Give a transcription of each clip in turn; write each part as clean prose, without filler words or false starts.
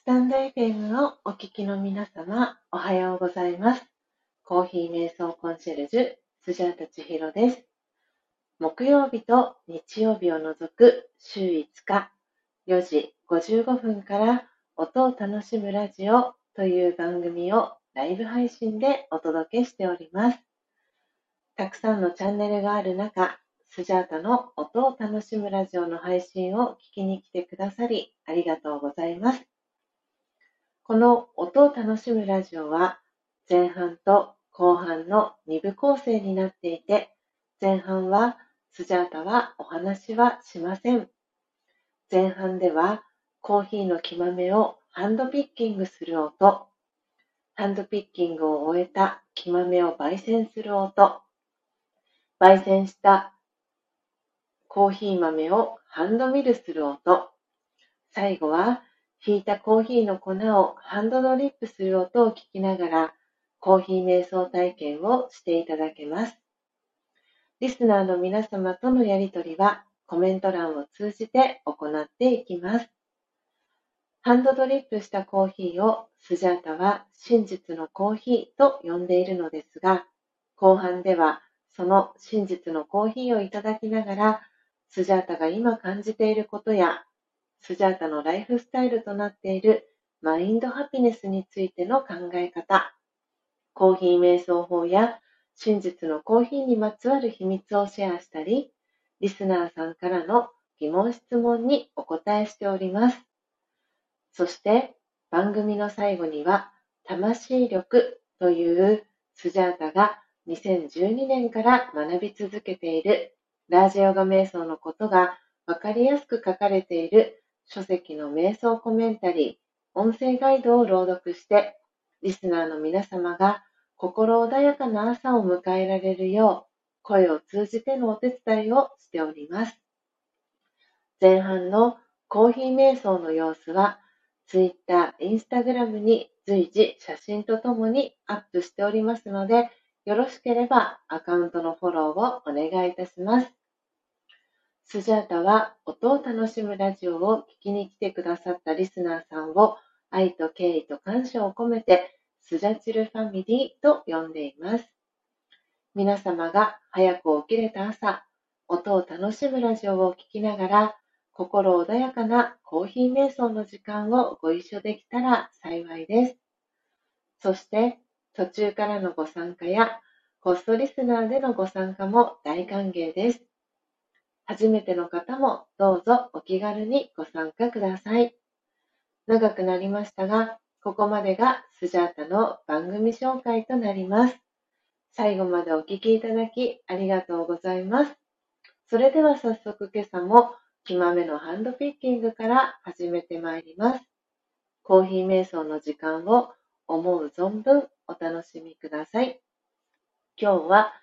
スタンド FM をお聞きの皆様、おはようございます。コーヒー瞑想コンシェルジュ、スジャータ千尋です。木曜日と日曜日を除く週5日、4時55分から音を楽しむラジオという番組をライブ配信でお届けしております。たくさんのチャンネルがある中、スジャータの音を楽しむラジオの配信を聞きに来てくださりありがとうございます。この音を楽しむラジオは前半と後半の2部構成になっていて、前半はスジャータはお話はしません。前半ではコーヒーの木豆をハンドピッキングする音、ハンドピッキングを終えた木豆を焙煎する音、焙煎したコーヒー豆をハンドミルする音、最後はひいたコーヒーの粉をハンドドリップする音を聞きながらコーヒー瞑想体験をしていただけます。リスナーの皆様とのやりとりはコメント欄を通じて行っていきます。ハンドドリップしたコーヒーをスジャータは真実のコーヒーと呼んでいるのですが、後半ではその真実のコーヒーをいただきながらスジャータが今感じていることやスジャータのライフスタイルとなっているマインドハピネスについての考え方、コーヒー瞑想法や真実のコーヒーにまつわる秘密をシェアしたり、リスナーさんからの疑問質問にお答えしております。そして番組の最後には魂力というスジャータが2012年から学び続けているラージヨガ瞑想のことがわかりやすく書かれている書籍の瞑想コメンタリー、音声ガイドを朗読して、リスナーの皆様が心穏やかな朝を迎えられるよう、声を通じてのお手伝いをしております。前半のコーヒー瞑想の様子は、Twitter、Instagram に随時写真とともにアップしておりますので、よろしければアカウントのフォローをお願いいたします。スジャータは音を楽しむラジオを聞きに来てくださったリスナーさんを愛と敬意と感謝を込めてスジャチルファミリーと呼んでいます。皆様が早く起きれた朝、音を楽しむラジオを聞きながら心穏やかなコーヒー瞑想の時間をご一緒できたら幸いです。そして途中からのご参加やホストリスナーでのご参加も大歓迎です。初めての方もどうぞお気軽にご参加ください。長くなりましたが、ここまでがスジャータの番組紹介となります。最後までお聞きいただきありがとうございます。それでは早速今朝も木豆のハンドピッキングから始めてまいります。コーヒー瞑想の時間を思う存分お楽しみください。今日は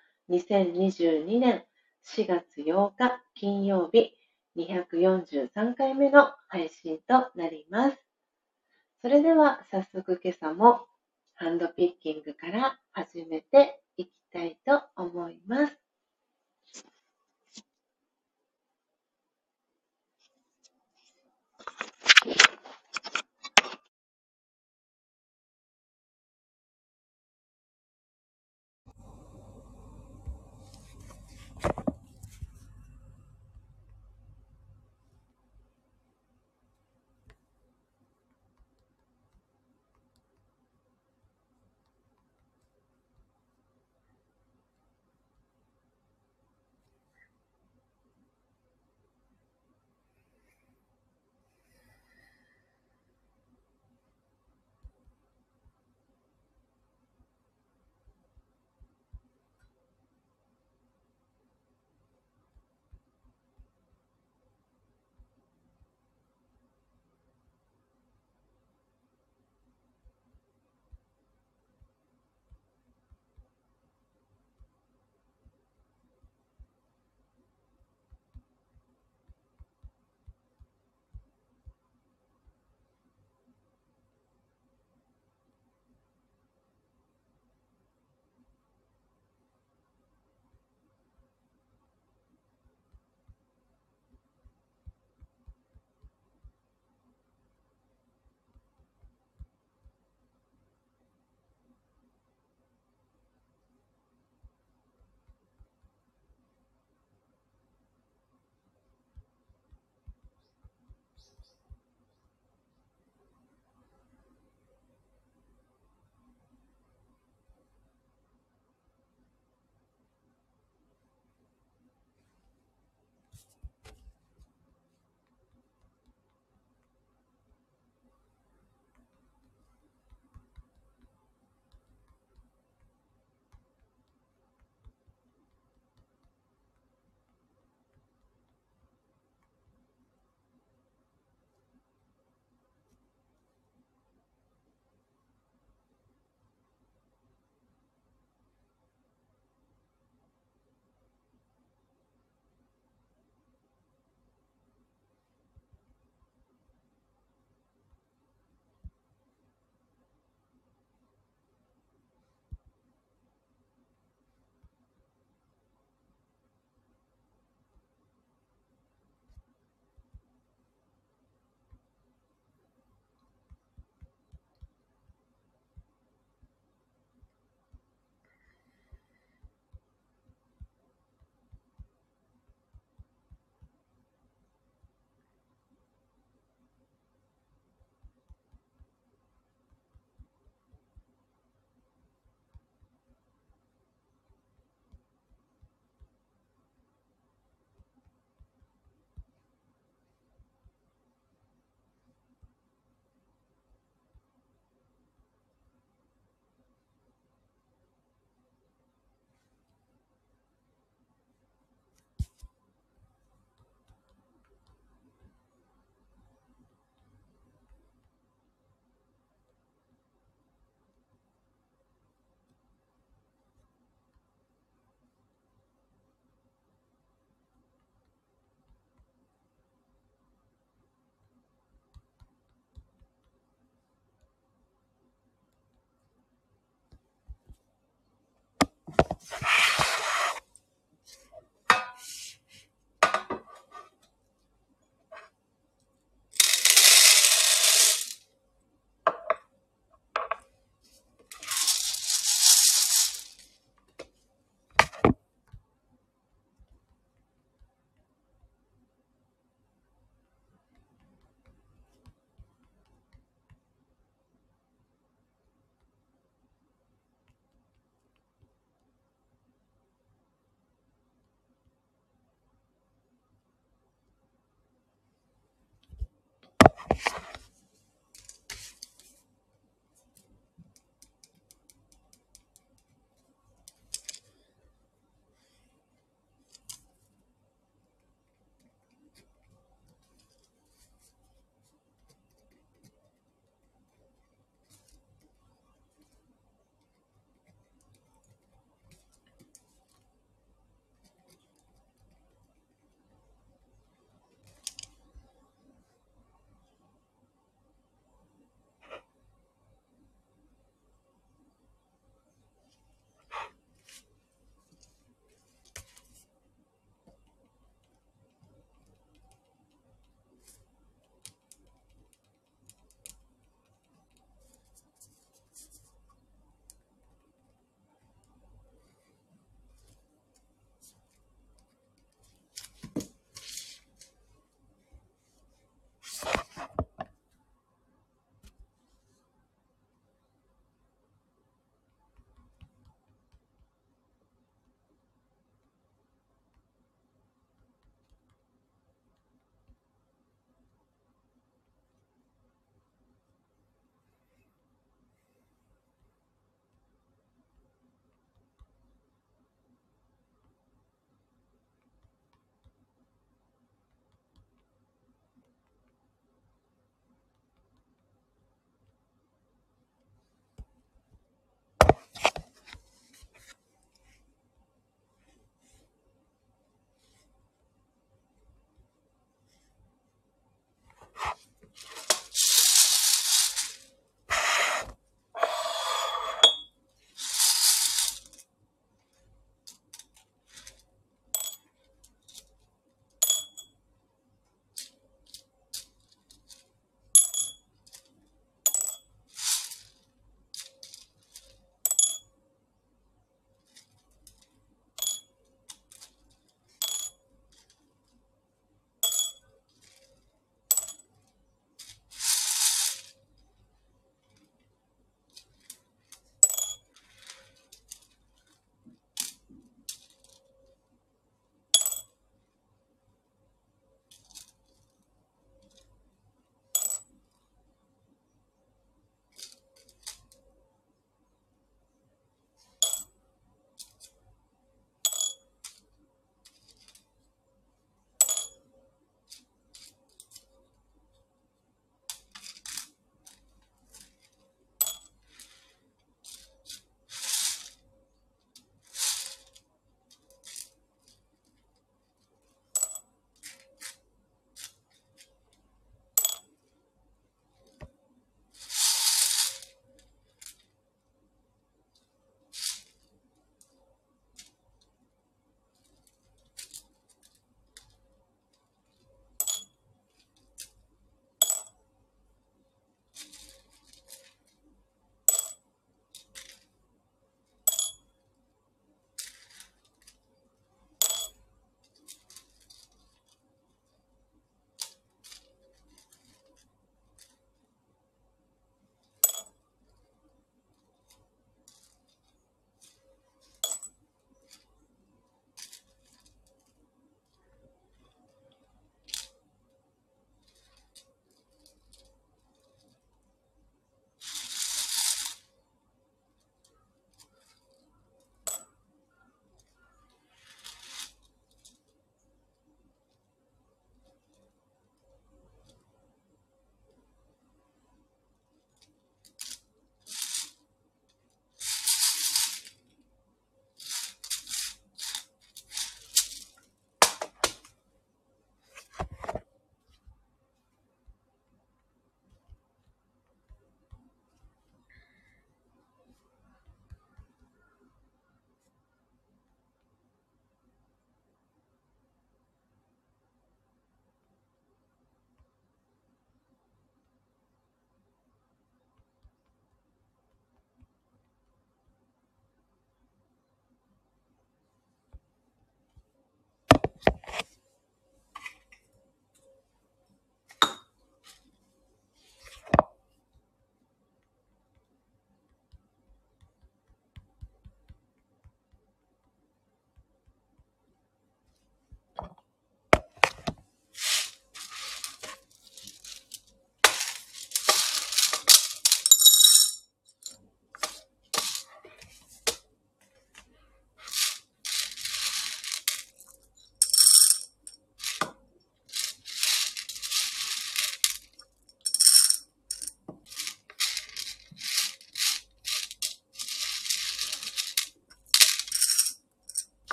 2022年4月8日金曜日243回目の配信となります。それでは早速今朝もハンドピッキングから始めていきたいと思います。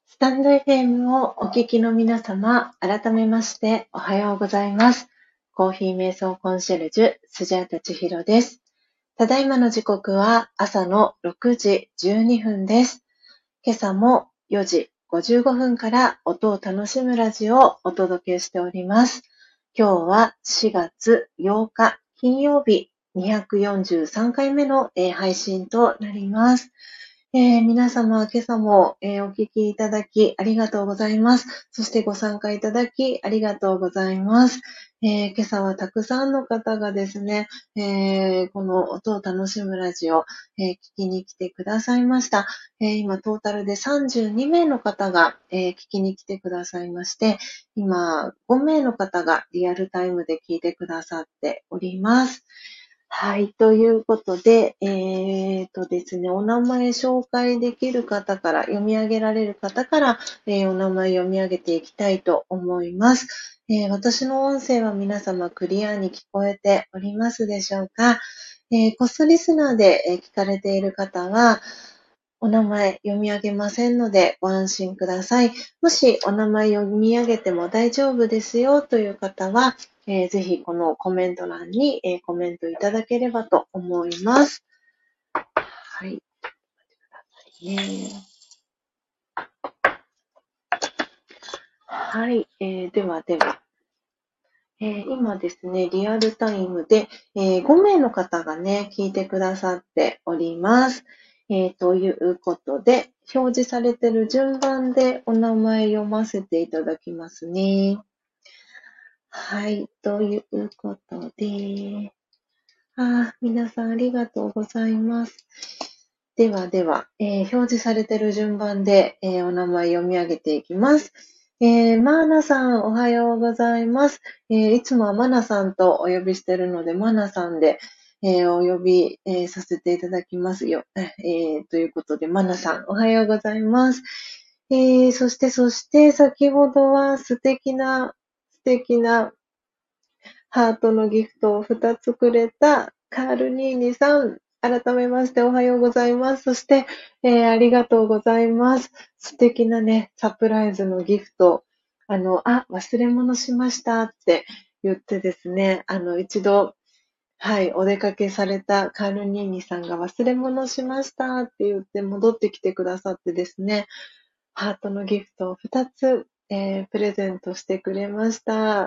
スタンド FM をお聞きの皆様、改めましておはようございます。コーヒー瞑想コンシェルジュ、スジャータ千尋です。ただいまの時刻は朝の6時12分です。今朝も4時55分から音を楽しむラジオをお届けしております。今日は4月8日金曜日243回目の配信となります。皆様、今朝も、お聞きいただきありがとうございます。そしてご参加いただきありがとうございます。今朝はたくさんの方がですね、この音を楽しむラジオ、聞きに来てくださいました。今、トータルで32名の方が、聞きに来てくださいまして、今、5名の方がリアルタイムで聞いてくださっております。はい。ということで、ですね、お名前紹介できる方から、読み上げられる方から、お名前読み上げていきたいと思います。私の音声は皆様クリアに聞こえておりますでしょうか？コストリスナーで聞かれている方は、お名前読み上げませんのでご安心ください。もしお名前読み上げても大丈夫ですよという方は、ぜひこのコメント欄に、コメントいただければと思います。はい。はい。では、今ですね、リアルタイムで、5名の方がね、聞いてくださっております。ということで、表示されている順番でお名前読ませていただきますね。はい、ということで、皆さんありがとうございます。では、表示されている順番で、お名前読み上げていきます。マーナさん、おはようございます。いつもはマナさんとお呼びしているので、マナさんで、お呼び、させていただきますよ。ということで、マナさん、おはようございます。そして、先ほどは素敵なハートのギフトを2つくれたカールニーニさん、改めましておはようございます。そして、ありがとうございます。素敵なね、サプライズのギフト。忘れ物しましたって言ってですね、一度、はい、お出かけされたカールニーニさんが忘れ物しましたって言って戻ってきてくださってですね、ハートのギフトを2つ、プレゼントしてくれました。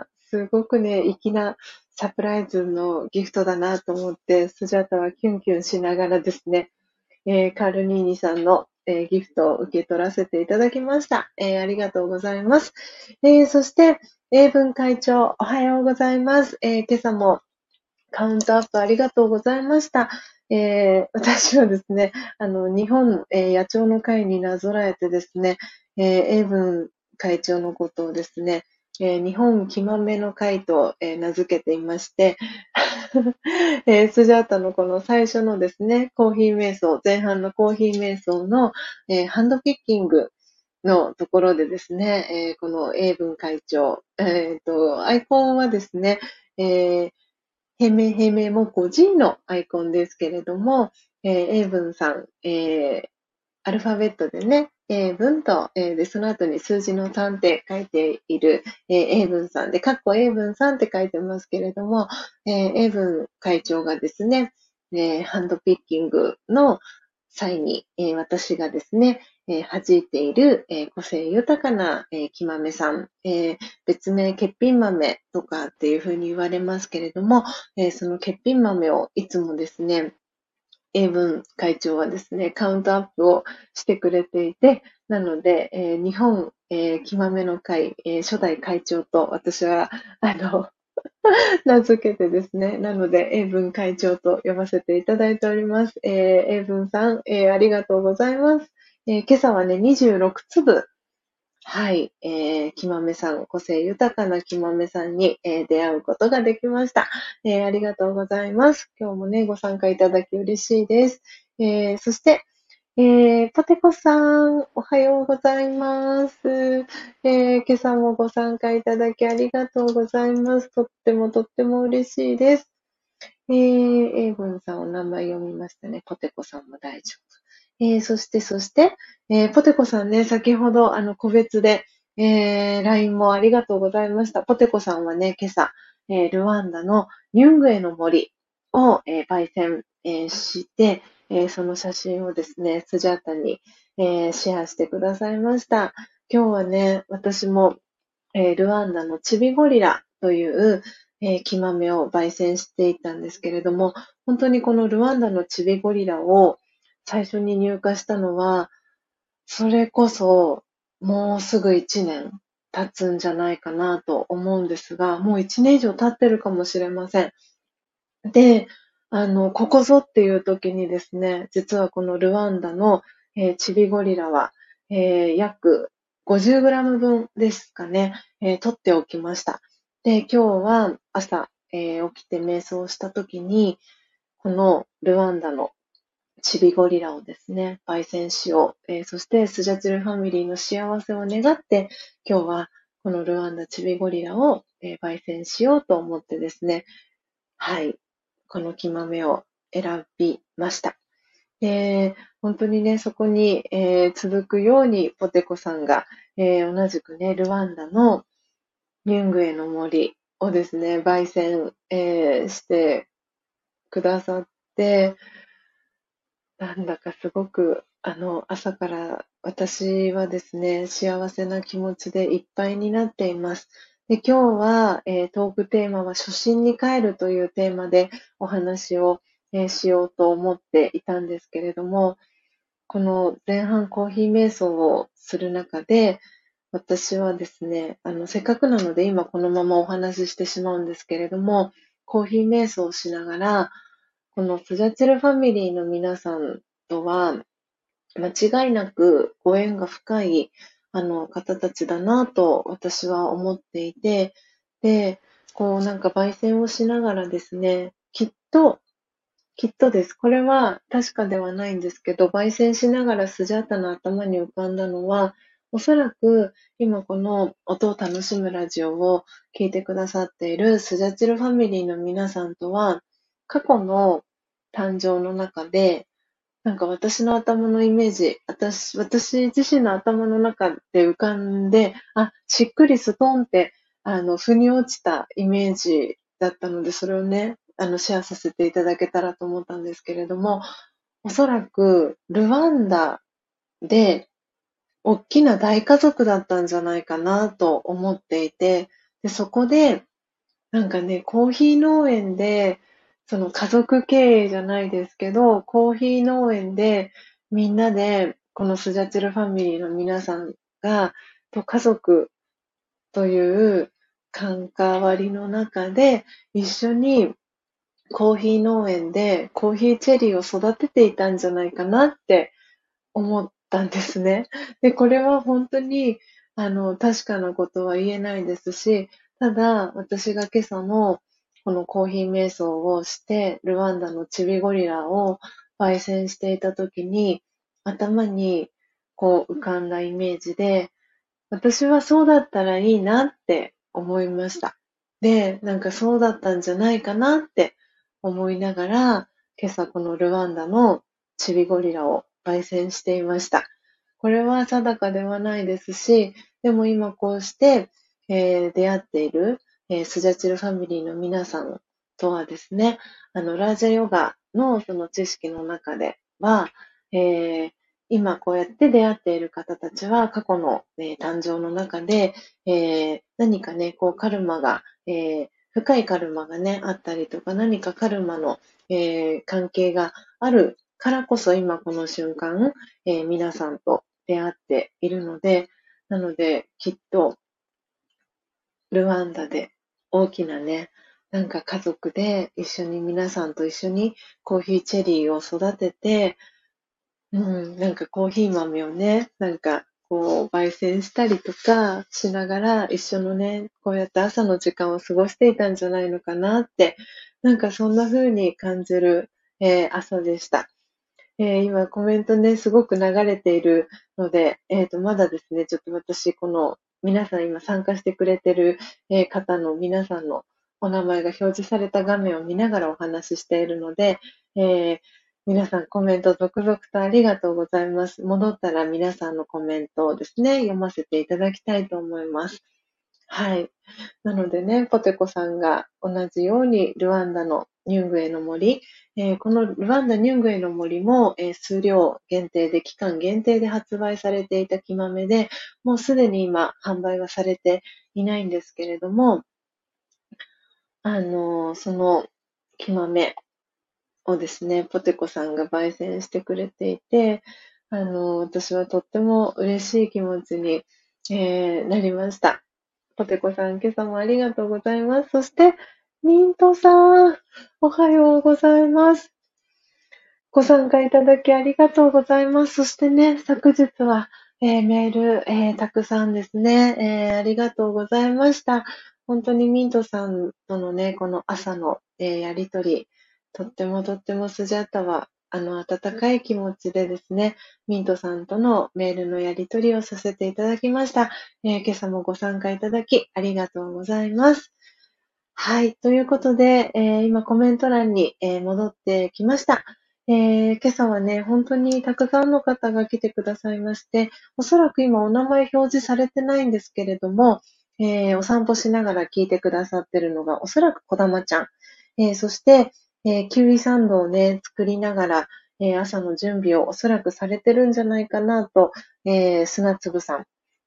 すごくね、粋なサプライズのギフトだなと思って、スジャタはキュンキュンしながらですね、カールニーニさんの、ギフトを受け取らせていただきました。ありがとうございます。そして、英文会長、おはようございます。今朝もカウントアップありがとうございました。私はですね、日本、野鳥の会になぞらえてですね、英文会長のことをですね、日本きまめの会と、名付けていまして、スジャータのこの最初のですね、コーヒー瞑想、前半のコーヒー瞑想の、ハンドピッキングのところでですね、この英文会長、アイコンはですね、えー平めも個人のアイコンですけれども、英文さん、アルファベットでね、英文と、で、その後に数字の3って書いている、英文さんで、英文さんって書いてますけれども、英文会長がですね、ハンドピッキングの際に、私がですね、弾いている、個性豊かな、木豆さん、別名欠品豆とかっていうふうに言われますけれども、その欠品豆をいつもですね、英文会長はですね、カウントアップをしてくれていて、なので、日本、木豆の会、初代会長と私は、名付けてですね、なので、英文会長と呼ばせていただいております。英文さん、ありがとうございます。今朝はね、26粒、はい、きまめさん、個性豊かなきまめさんに、出会うことができました。ありがとうございます。今日もね、ご参加いただき嬉しいです。そして、ポテコさん、おはようございます。今朝もご参加いただきありがとうございます。とっても嬉しいです。英文さんお名前読みましたね。ポテコさんも大丈夫。 そして、ポテコさんね、先ほど、個別で、LINE もありがとうございました。ポテコさんはね、今朝、ルワンダのニュングエの森を、焙煎、して、その写真をですね、スジャータに、シェアしてくださいました。今日はね、私も、ルワンダのチビゴリラという、木豆を焙煎していたんですけれども、本当にこのルワンダのチビゴリラを最初に入荷したのは、それこそもうすぐ1年経つんじゃないかなと思うんですが、もう1年以上経ってるかもしれません。で、ここぞっていう時にですね、実はこのルワンダの、チビゴリラは、約50グラム分ですかね、取っておきました。で、今日は朝、起きて瞑想した時に、このルワンダのチビゴリラをですね、焙煎しよう。そしてスジャチルファミリーの幸せを願って、今日はこのルワンダチビゴリラを、焙煎しようと思ってですね、はい。この木豆を選びました。で、本当にね、そこに、続くように、ポテコさんが、同じくね、ルワンダのニュングエの森をですね、焙煎、してくださって、なんだかすごく、朝から私はですね、幸せな気持ちでいっぱいになっています。で、今日は、トークテーマは初心に帰るというテーマでお話を、しようと思っていたんですけれども、この前半コーヒー瞑想をする中で、私はですね、せっかくなので今このままお話ししてしまうんですけれども、コーヒー瞑想をしながら、このスジャチルファミリーの皆さんとは、間違いなくご縁が深い、方たちだなと私は思っていて、で、こうなんか焙煎をしながらですね、きっとです。これは確かではないんですけど、焙煎しながらスジャータの頭に浮かんだのは、おそらく今この音を楽しむラジオを聞いてくださっているスジャチルファミリーの皆さんとは、過去の誕生の中で、なんか私の頭のイメージ、私自身の頭の中で浮かんで、あ、しっくりストンって、腑に落ちたイメージだったので、それをね、シェアさせていただけたらと思ったんですけれども、おそらく、ルワンダで、大きな大家族だったんじゃないかなと思っていて、で、そこで、なんかね、コーヒー農園で、その家族経営じゃないですけど、コーヒー農園でみんなで、このスジャチルファミリーの皆さんが、家族という関わりの中で、一緒にコーヒー農園でコーヒーチェリーを育てていたんじゃないかなって思ったんですね。で、これは本当に、確かなことは言えないですし、ただ、私が今朝のこのコーヒー瞑想をして、ルワンダのチビゴリラを焙煎していたときに、頭にこう浮かんだイメージで、私はそうだったらいいなって思いました。で、なんかそうだったんじゃないかなって思いながら、今朝このルワンダのチビゴリラを焙煎していました。これは定かではないですし、でも今こうして、出会っている、スジャチルファミリーの皆さんとはですね、ラージャヨガのその知識の中では、えー今こうやって出会っている方たちは過去の、誕生の中で、何かね、こうカルマが、深いカルマがね、あったりとか、何かカルマの、関係があるからこそ今この瞬間、皆さんと出会っているので、なのできっとルワンダで大きなね、なんか家族で一緒に皆さんと一緒にコーヒーチェリーを育てて、なんかコーヒー豆をね、なんかこう焙煎したりとかしながら一緒のね、こうやって朝の時間を過ごしていたんじゃないのかなって、なんかそんな風に感じる、朝でした。今コメントね、すごく流れているので、まだですね、ちょっと私この皆さん今参加してくれてる、方の皆さんのお名前が表示された画面を見ながらお話ししているので、えー皆さんコメント続々とありがとうございます。戻ったら皆さんのコメントをですね、読ませていただきたいと思います。はい。なのでね、ポテコさんが同じようにルワンダのニュングエの森、このルワンダニュングエの森も、数量限定で、期間限定で発売されていた木豆で、もうすでに今販売はされていないんですけれども、その木豆をですね、ポテコさんが焙煎してくれていて、私はとっても嬉しい気持ちに、なりました。ポテコさん、今朝もありがとうございます。そして、ミントさん、おはようございます。ご参加いただきありがとうございます。そしてね、昨日は、メール、たくさんですね、ありがとうございました。本当にミントさんとのね、この朝の、やりとり、とってもとってもスジャータは、温かい気持ちでですね、ミントさんとのメールのやりとりをさせていただきました。今朝もご参加いただきありがとうございます。はい。ということで、今コメント欄に、戻ってきました。今朝はね、本当にたくさんの方が来てくださいまして、おそらく今お名前表示されてないんですけれども、お散歩しながら聞いてくださってるのがおそらくこだまちゃん。そして、キウイサンドをね、作りながら、朝の準備をおそらくされてるんじゃないかなと、砂粒さん。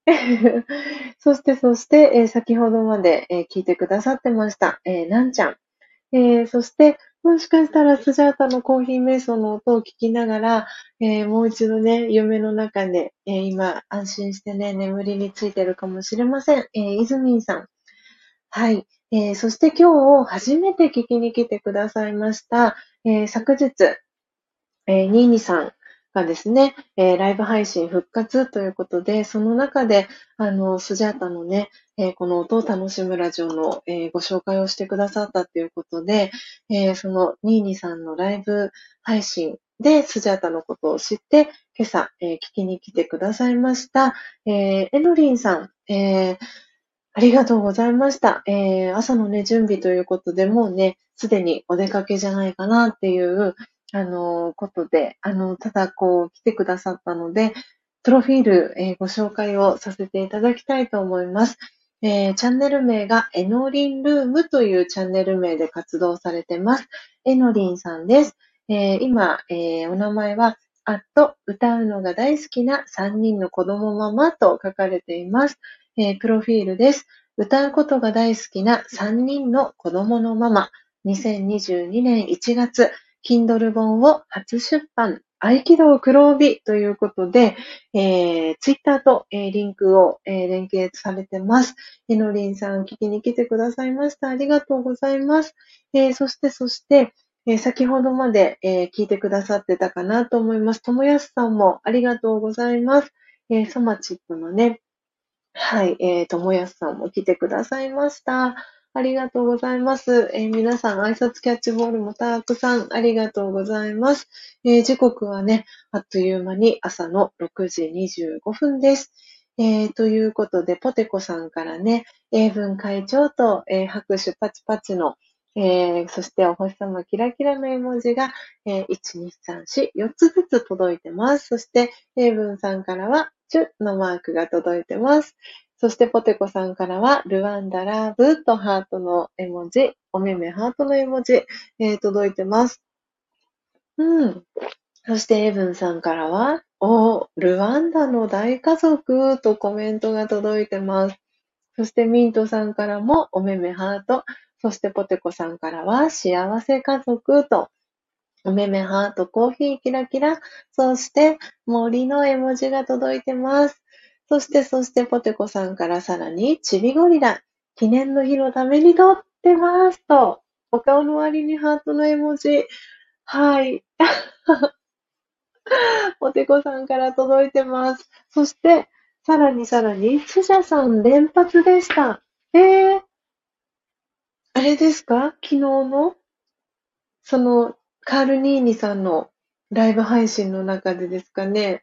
そして、先ほどまで、聞いてくださってました、なんちゃん。そして、もしかしたらスジャータのコーヒー瞑想の音を聞きながら、もう一度ね、夢の中で、今、安心してね、眠りについてるかもしれません。イズミンさん。はい。そして今日初めて聞きに来てくださいました、昨日、ニーニさんがですね、ライブ配信復活ということで、その中で、スジャータのね、この音を楽しむラジオの、ご紹介をしてくださったということで、そのニーニさんのライブ配信でスジャータのことを知って、今朝、聞きに来てくださいました。エノリンさん、ありがとうございました。朝のね、準備ということで、もうね、すでにお出かけじゃないかなっていう、ことで、ただこう、来てくださったので、プロフィール、ご紹介をさせていただきたいと思います。チャンネル名がエノリンルームというチャンネル名で活動されてます。エノリンさんです。今、お名前は、歌うのが大好きな3人の子供ママと書かれています。プロフィールです。歌うことが大好きな3人の子供のママ。2022年1月、Kindle 本を初出版。合気道黒帯ということで、ツイッターと、リンクを、連携されてます。えのりんさん、聞きに来てくださいました。ありがとうございます。そして、先ほどまで、聞いてくださってたかなと思います。ともやすさんもありがとうございます。ソマチップのね、はい、ともやすさんも来てくださいました。ありがとうございます。皆さん、挨拶キャッチボールもたくさんありがとうございます。時刻はね、あっという間に朝の6時25分です。ということで、ポテコさんからね、英文会長と、拍手パチパチの、そしてお星様キラキラの絵文字が、1、2、3、4、4つずつ届いてます。そして、英文さんからは、チュのマークが届いてます。そしてポテコさんからは、ルワンダラブとハートの絵文字、おめめハートの絵文字、届いてます。うん。そしてエブンさんからは、ルワンダの大家族とコメントが届いてます。そしてミントさんからもおめめハート、そしてポテコさんからは幸せ家族と、おめめハート、コーヒーキラキラ、そして森の絵文字が届いてます。そしてポテコさんからさらにチビゴリラ、記念の日のために撮ってますと、お顔の割にハートの絵文字、はい。ポテコさんから届いてます。そして、さらに、スジャさん連発でした。あれですか昨日の、その、カールニーニさんのライブ配信の中でですかね。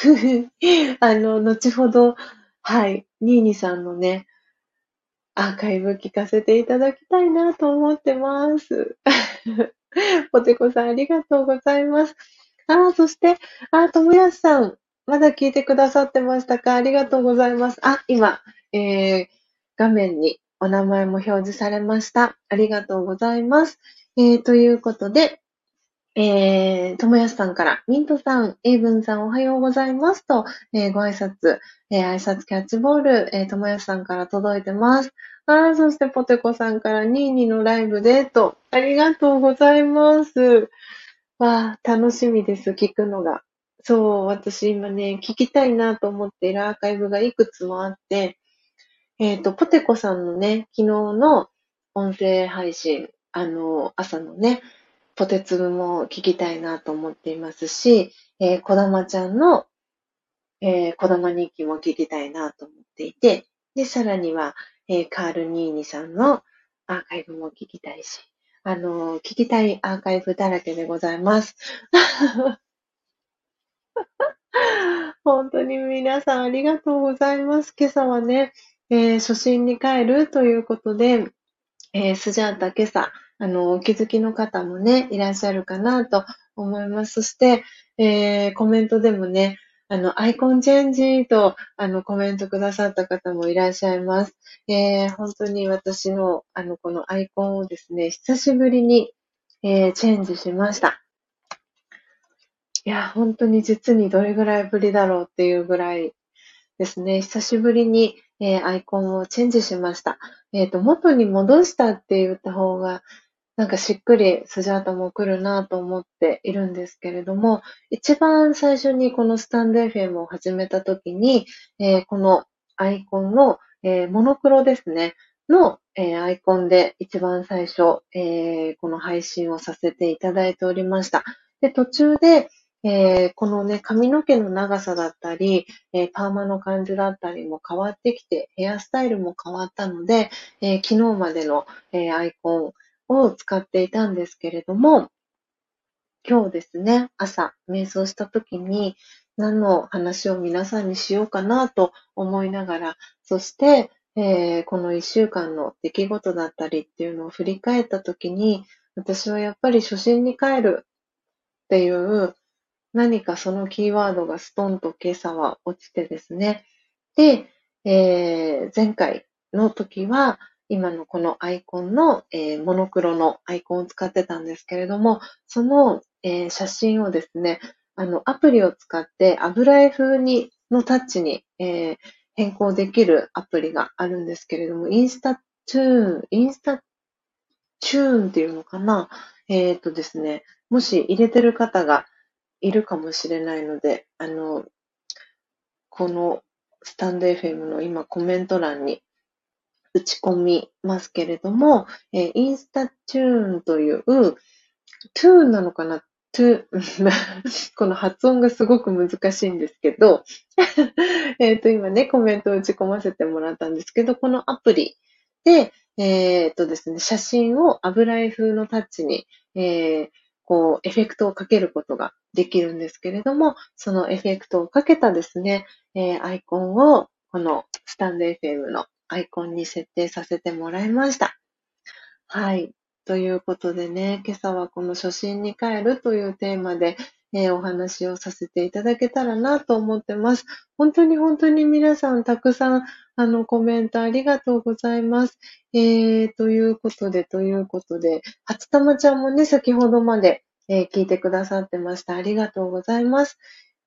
後ほど、はい、ニーニさんのね、アーカイブ聞かせていただきたいなと思ってます。 ポテコさん、ありがとうございます。そして、ともやすさん、まだ聞いてくださってましたか？ありがとうございます。今、えー、画面にお名前も表示されました。ありがとうございます。ということで、ともやすさんから、ミントさん、エイブンさんおはようございますと、ご挨拶、挨拶キャッチボール、ともやすさんから届いてます。そしてポテコさんからニーニーのライブで、と、ありがとうございます。楽しみです、聞くのが。そう、私今ね、聞きたいなと思っているアーカイブがいくつもあって、ポテコさんのね、昨日の音声配信、朝のね、ポテツブも聞きたいなと思っていますし、こだまちゃんの、こだま日記も聞きたいなと思っていて、で、さらには、カールニーニさんのアーカイブも聞きたいし、聞きたいアーカイブだらけでございます。本当に皆さんありがとうございます。今朝はね、初心に帰るということで、スジャータ今朝、お気づきの方もね、いらっしゃるかなと思います。そして、コメントでもね、アイコンチェンジと、コメントくださった方もいらっしゃいます。本当に私の、このアイコンをですね、久しぶりに、チェンジしました。いや、本当に実にどれぐらいぶりだろうっていうぐらいですね、久しぶりに、アイコンをチェンジしました。元に戻したって言った方が、なんかしっくりスジャータも来るなと思っているんですけれども、一番最初にこのスタンド FM を始めた時に、このアイコンの、モノクロですね、の、アイコンで一番最初、この配信をさせていただいておりました。で、途中で、このね、髪の毛の長さだったり、パーマの感じだったりも変わってきて、ヘアスタイルも変わったので、昨日までの、アイコンを使っていたんですけれども、今日ですね、朝、瞑想した時に、何の話を皆さんにしようかなと思いながら、そして、この一週間の出来事だったりっていうのを振り返った時に、私はやっぱり初心に帰るっていう何かそのキーワードがストンと今朝は落ちてですね。で、前回の時は、今のこのアイコンの、モノクロのアイコンを使ってたんですけれども、その、写真をですね、アプリを使って油絵風にのタッチに、変更できるアプリがあるんですけれども、インスタチューンっていうのかな。ですね、もし入れてる方がいるかもしれないので、このスタンド FM の今コメント欄に打ち込みますけれども、インスタチューンという、トゥーンなのかなトゥこの発音がすごく難しいんですけど、今ね、コメントを打ち込ませてもらったんですけど、このアプリで、ですね、写真を油絵風のタッチに、こう、エフェクトをかけることができるんですけれども、そのエフェクトをかけたですね、アイコンを、このスタンド FM のアイコンに設定させてもらいました。はい。ということでね、今朝はこの初心に帰るというテーマで、お話をさせていただけたらなと思ってます。本当に本当に皆さんたくさん、コメントありがとうございます。ということで、初玉ちゃんもね、先ほどまで、聞いてくださってました。ありがとうございます。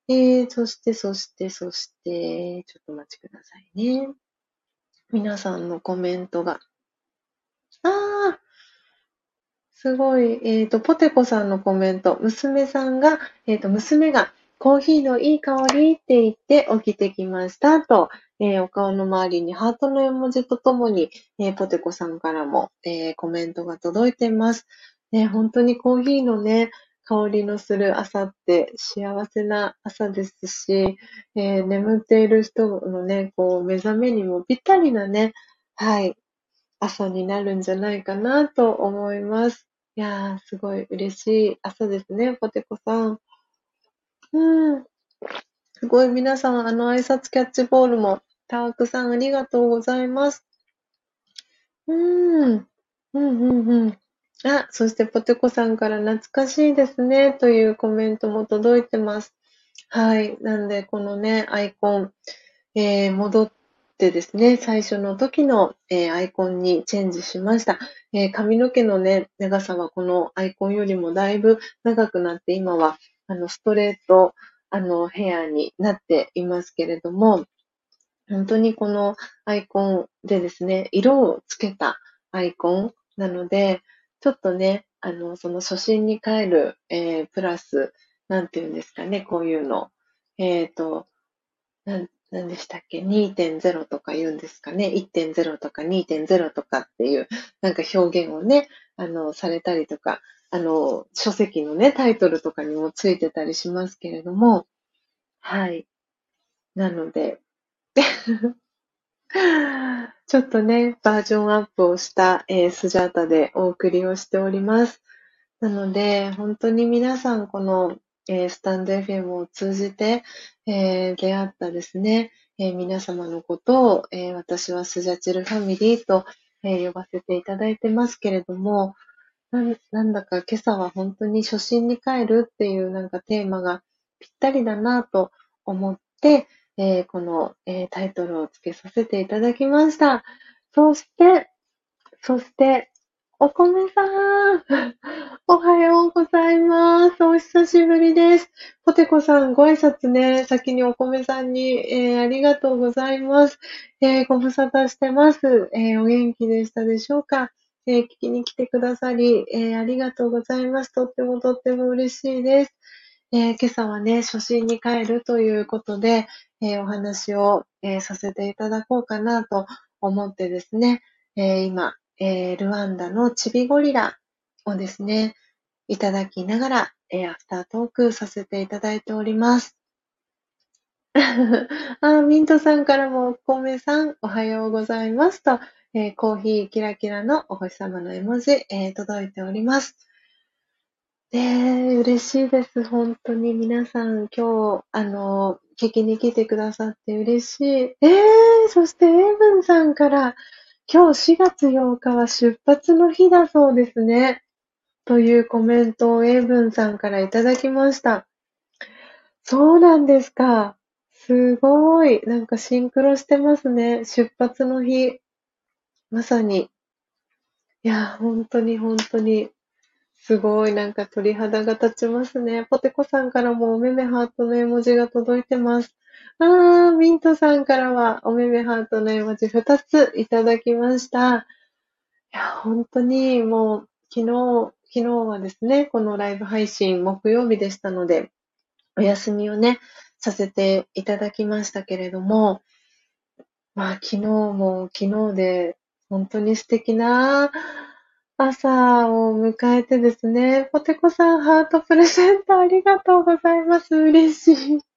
そして、ちょっとお待ちくださいね。皆さんのコメントが。あー、すごい、ポテコさんのコメント、娘さんが、娘がコーヒーのいい香りって言って起きてきましたと、お顔の周りにハートの絵文字とともに、ポテコさんからも、コメントが届いています。本当にコーヒーのね、香りのする朝って幸せな朝ですし、眠っている人のね、こう目覚めにもぴったりなね、はい、朝になるんじゃないかなと思います。いやー、すごい嬉しい朝ですね、ポテコさん。うん。すごい皆さん、挨拶キャッチボールもたくさんありがとうございます。うん。うんうんうん。 そしてポテコさんから懐かしいですねというコメントも届いてます。はい。なんで、このね、アイコン、戻ってですね、最初の時の、アイコンにチェンジしました。髪の毛のね、長さはこのアイコンよりもだいぶ長くなって、今は、ストレート、ヘアになっていますけれども、本当にこのアイコンでですね、色をつけたアイコンなので、ちょっとね、その初心に帰る、プラス、なんていうんですかね、こういうの。なんでしたっけ？ 2.0 とか言うんですかね。1.0とか2.0とかっていう、なんか表現をね、されたりとか、書籍のね、タイトルとかにもついてたりしますけれども、はい。なので、ちょっとね、バージョンアップをした、スジャータでお送りをしております。なので、本当に皆さん、この、スタンド FM を通じて、出会ったですね、皆様のことを、私はスジャチルファミリーと、呼ばせていただいてますけれども、なんだか今朝は本当に初心に帰るっていうなんかテーマがぴったりだなと思って、この、タイトルをつけさせていただきました。そして、そして、お米さん、おはようございます。お久しぶりです。ポテコさん、ご挨拶ね、先にお米さんに、ありがとうございます。ご無沙汰してます。お元気でしたでしょうか？聞きに来てくださり、ありがとうございます。とってもとっても嬉しいです。今朝はね、初心に帰るということで、お話を、させていただこうかなと思ってですね、今、ルワンダのチビゴリラをですね、いただきながら、アフタートークさせていただいております。ミントさんからも、お米さん、おはようございますと、コーヒーキラキラのお星様の絵文字、届いております。嬉しいです。本当に皆さん、今日、聞きに来てくださって嬉しい。そして、エイブンさんから、今日4月8日は出発の日だそうですね。というコメントをエイブンさんからいただきました。そうなんですか。すごい。なんかシンクロしてますね。出発の日。まさに。いや、本当に本当に。すごい、なんか鳥肌が立ちますね。ポテコさんからもおめめハートの絵文字が届いてます。ミントさんからはおめめハートの絵文字2ついただきました。いや、本当にもう昨日はですね、このライブ配信木曜日でしたので、お休みをね、させていただきましたけれども、昨日も昨日で、本当に素敵な朝を迎えてですね、ポテコさんハートプレゼントありがとうございます。嬉しい。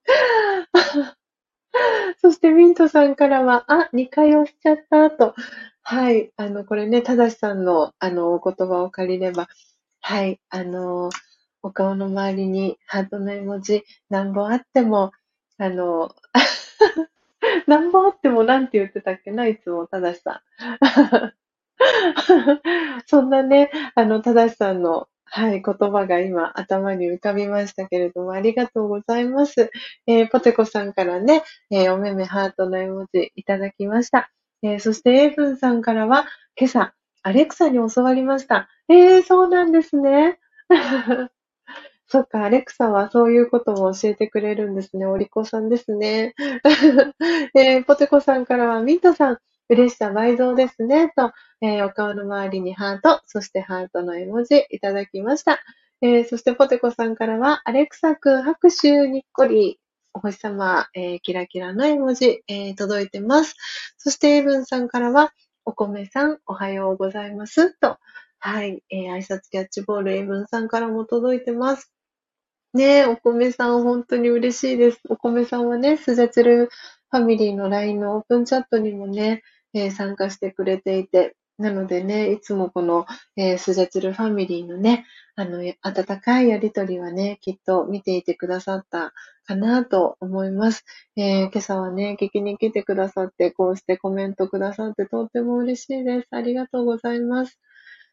そしてミントさんからは、2回押しちゃったと。はい。これね、ただしさんの、お言葉を借りれば、はい。お顔の周りにハートの絵文字何本あっても、あの、何本あってもなんて言ってたっけな、いつも、ただしさん。そんなね、正さんの、はい、言葉が今頭に浮かびましたけれども、ありがとうございます。ポテコさんからね、おめめハートの絵文字いただきました。そして、エイフンさんからは、今朝、アレクサに教わりました。そうなんですね。そっか、アレクサはそういうことも教えてくれるんですね。お利口さんですね。ポテコさんからは、ミントさん、嬉しさ倍増ですね。と、お顔の周りにハート、そしてハートの絵文字いただきました。そしてポテコさんからは、アレクサくん拍手にっこり、お星様、キラキラの絵文字、届いてます。そして、エイブンさんからは、お米さん、おはようございます。と、はい、挨拶キャッチボール、エイブンさんからも届いてます。ねえ、お米さん本当に嬉しいです。お米さんはね、スジャチルファミリーの LINE のオープンチャットにもね、参加してくれていて、なのでね、いつもこの、スジャチルファミリーのね、温かいやりとりはね、きっと見ていてくださったかなと思います。今朝はね、聞きに来てくださって、こうしてコメントくださってとっても嬉しいです。ありがとうございます。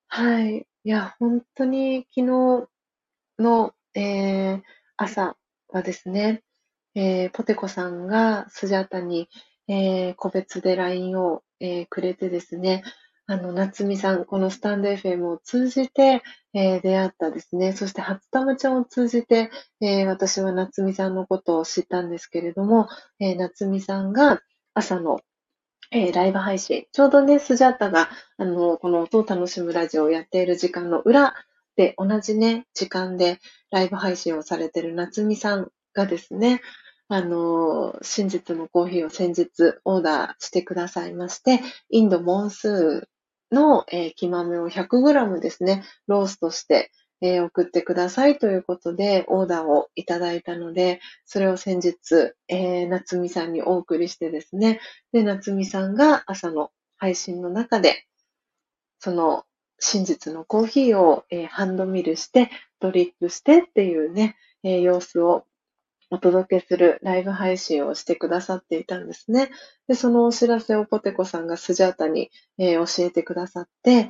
はい。いや、本当に昨日の、朝はですね、ポテコさんがスジャータに、個別で LINE を、くれてですね、夏美さん、このスタンド FM を通じて、出会ったですね、そして初玉ちゃんを通じて、私は夏美さんのことを知ったんですけれども、夏美さんが朝のライブ配信。ちょうどね、スジャータが、この音を楽しむラジオをやっている時間の裏で、同じね、時間でライブ配信をされている夏美さんがですね、真実のコーヒーを先日オーダーしてくださいまして、インドモンスーンの、木豆を 100g ですね、ローストして、送ってくださいということでオーダーをいただいたので、それを先日、夏美さんにお送りしてですね、で、夏美さんが朝の配信の中で、その真実のコーヒーを、ハンドミルして、ドリップしてっていうね、様子をお届けするライブ配信をしてくださっていたんですね。で、そのお知らせをポテコさんがスジャータに、教えてくださって、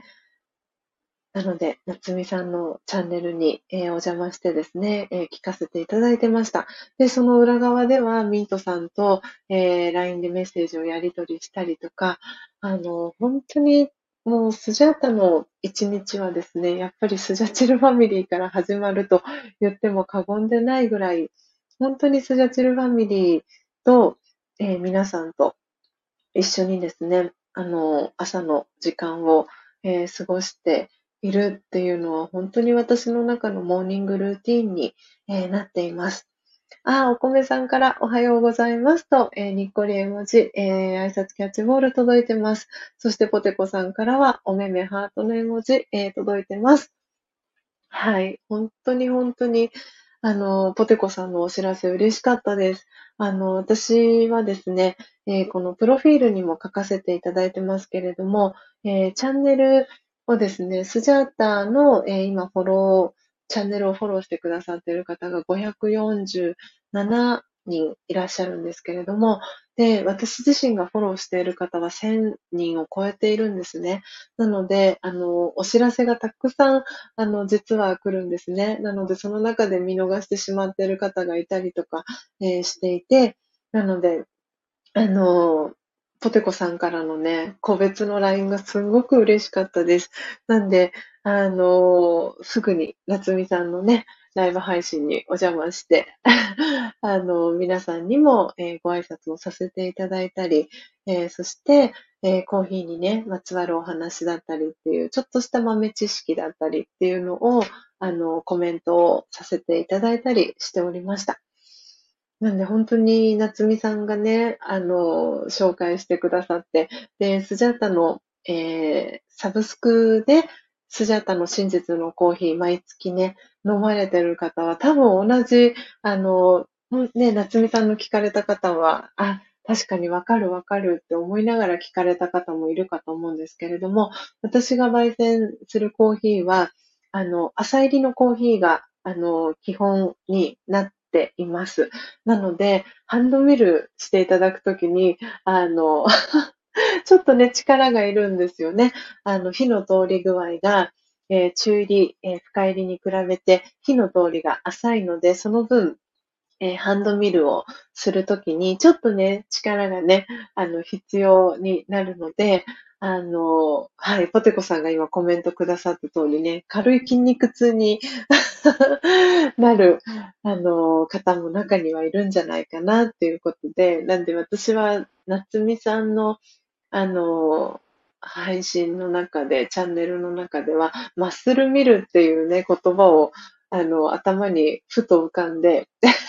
なので、夏美さんのチャンネルに、お邪魔してですね、聞かせていただいてました。で、その裏側では、ミントさんと、LINE でメッセージをやり取りしたりとか、本当にもうスジャータの一日はですね、やっぱりスジャチルファミリーから始まると言っても過言でないぐらい、本当にスジャチルファミリーと、皆さんと一緒にですね、朝の時間を、過ごしているっていうのは、本当に私の中のモーニングルーティンに、なっています。お米さんからおはようございますと、にっこり絵文字、挨拶キャッチボール届いてます。そしてポテコさんからはおめめハートの絵文字、届いてます。はい。本当に本当に、ポテコさんのお知らせ嬉しかったです。私はですね、このプロフィールにも書かせていただいてますけれども、チャンネルをですね、スジャータの、今チャンネルをフォローしてくださっている方が547人いらっしゃるんですけれども、で、私自身がフォローしている方は1000人を超えているんですね。なので、お知らせがたくさん実は来るんですね。なので、その中で見逃してしまっている方がいたりとか、していて、なので、あの、ポテコさんからのね、個別の LINE がすごく嬉しかったです。なんで、すぐに夏美さんのね、ライブ配信にお邪魔して、皆さんにも、ご挨拶をさせていただいたり、そして、コーヒーにね、まつわるお話だったりっていう、ちょっとした豆知識だったりっていうのを、コメントをさせていただいたりしておりました。なんで本当に夏美さんがね、紹介してくださって、で、スジャータの、サブスクで、スジャータの真実のコーヒー、毎月ね、飲まれてる方は、多分同じ、ね、夏美さんの聞かれた方は、確かにわかるわかるって思いながら聞かれた方もいるかと思うんですけれども、私が焙煎するコーヒーは、朝入りのコーヒーが、基本になっています。なので、ハンドミルしていただくときに、ちょっとね、力がいるんですよね。火の通り具合が、中入り、深入りに比べて火の通りが浅いので、その分、ハンドミルをするときに、ちょっとね、力がね、必要になるので、はい、ポテコさんが今コメントくださった通りね、軽い筋肉痛になる、方も中にはいるんじゃないかなっていうことで、なんで私は夏美さんの、あの、配信の中で、チャンネルの中では、マッスルミルっていうね、言葉を、頭にふと浮かんで、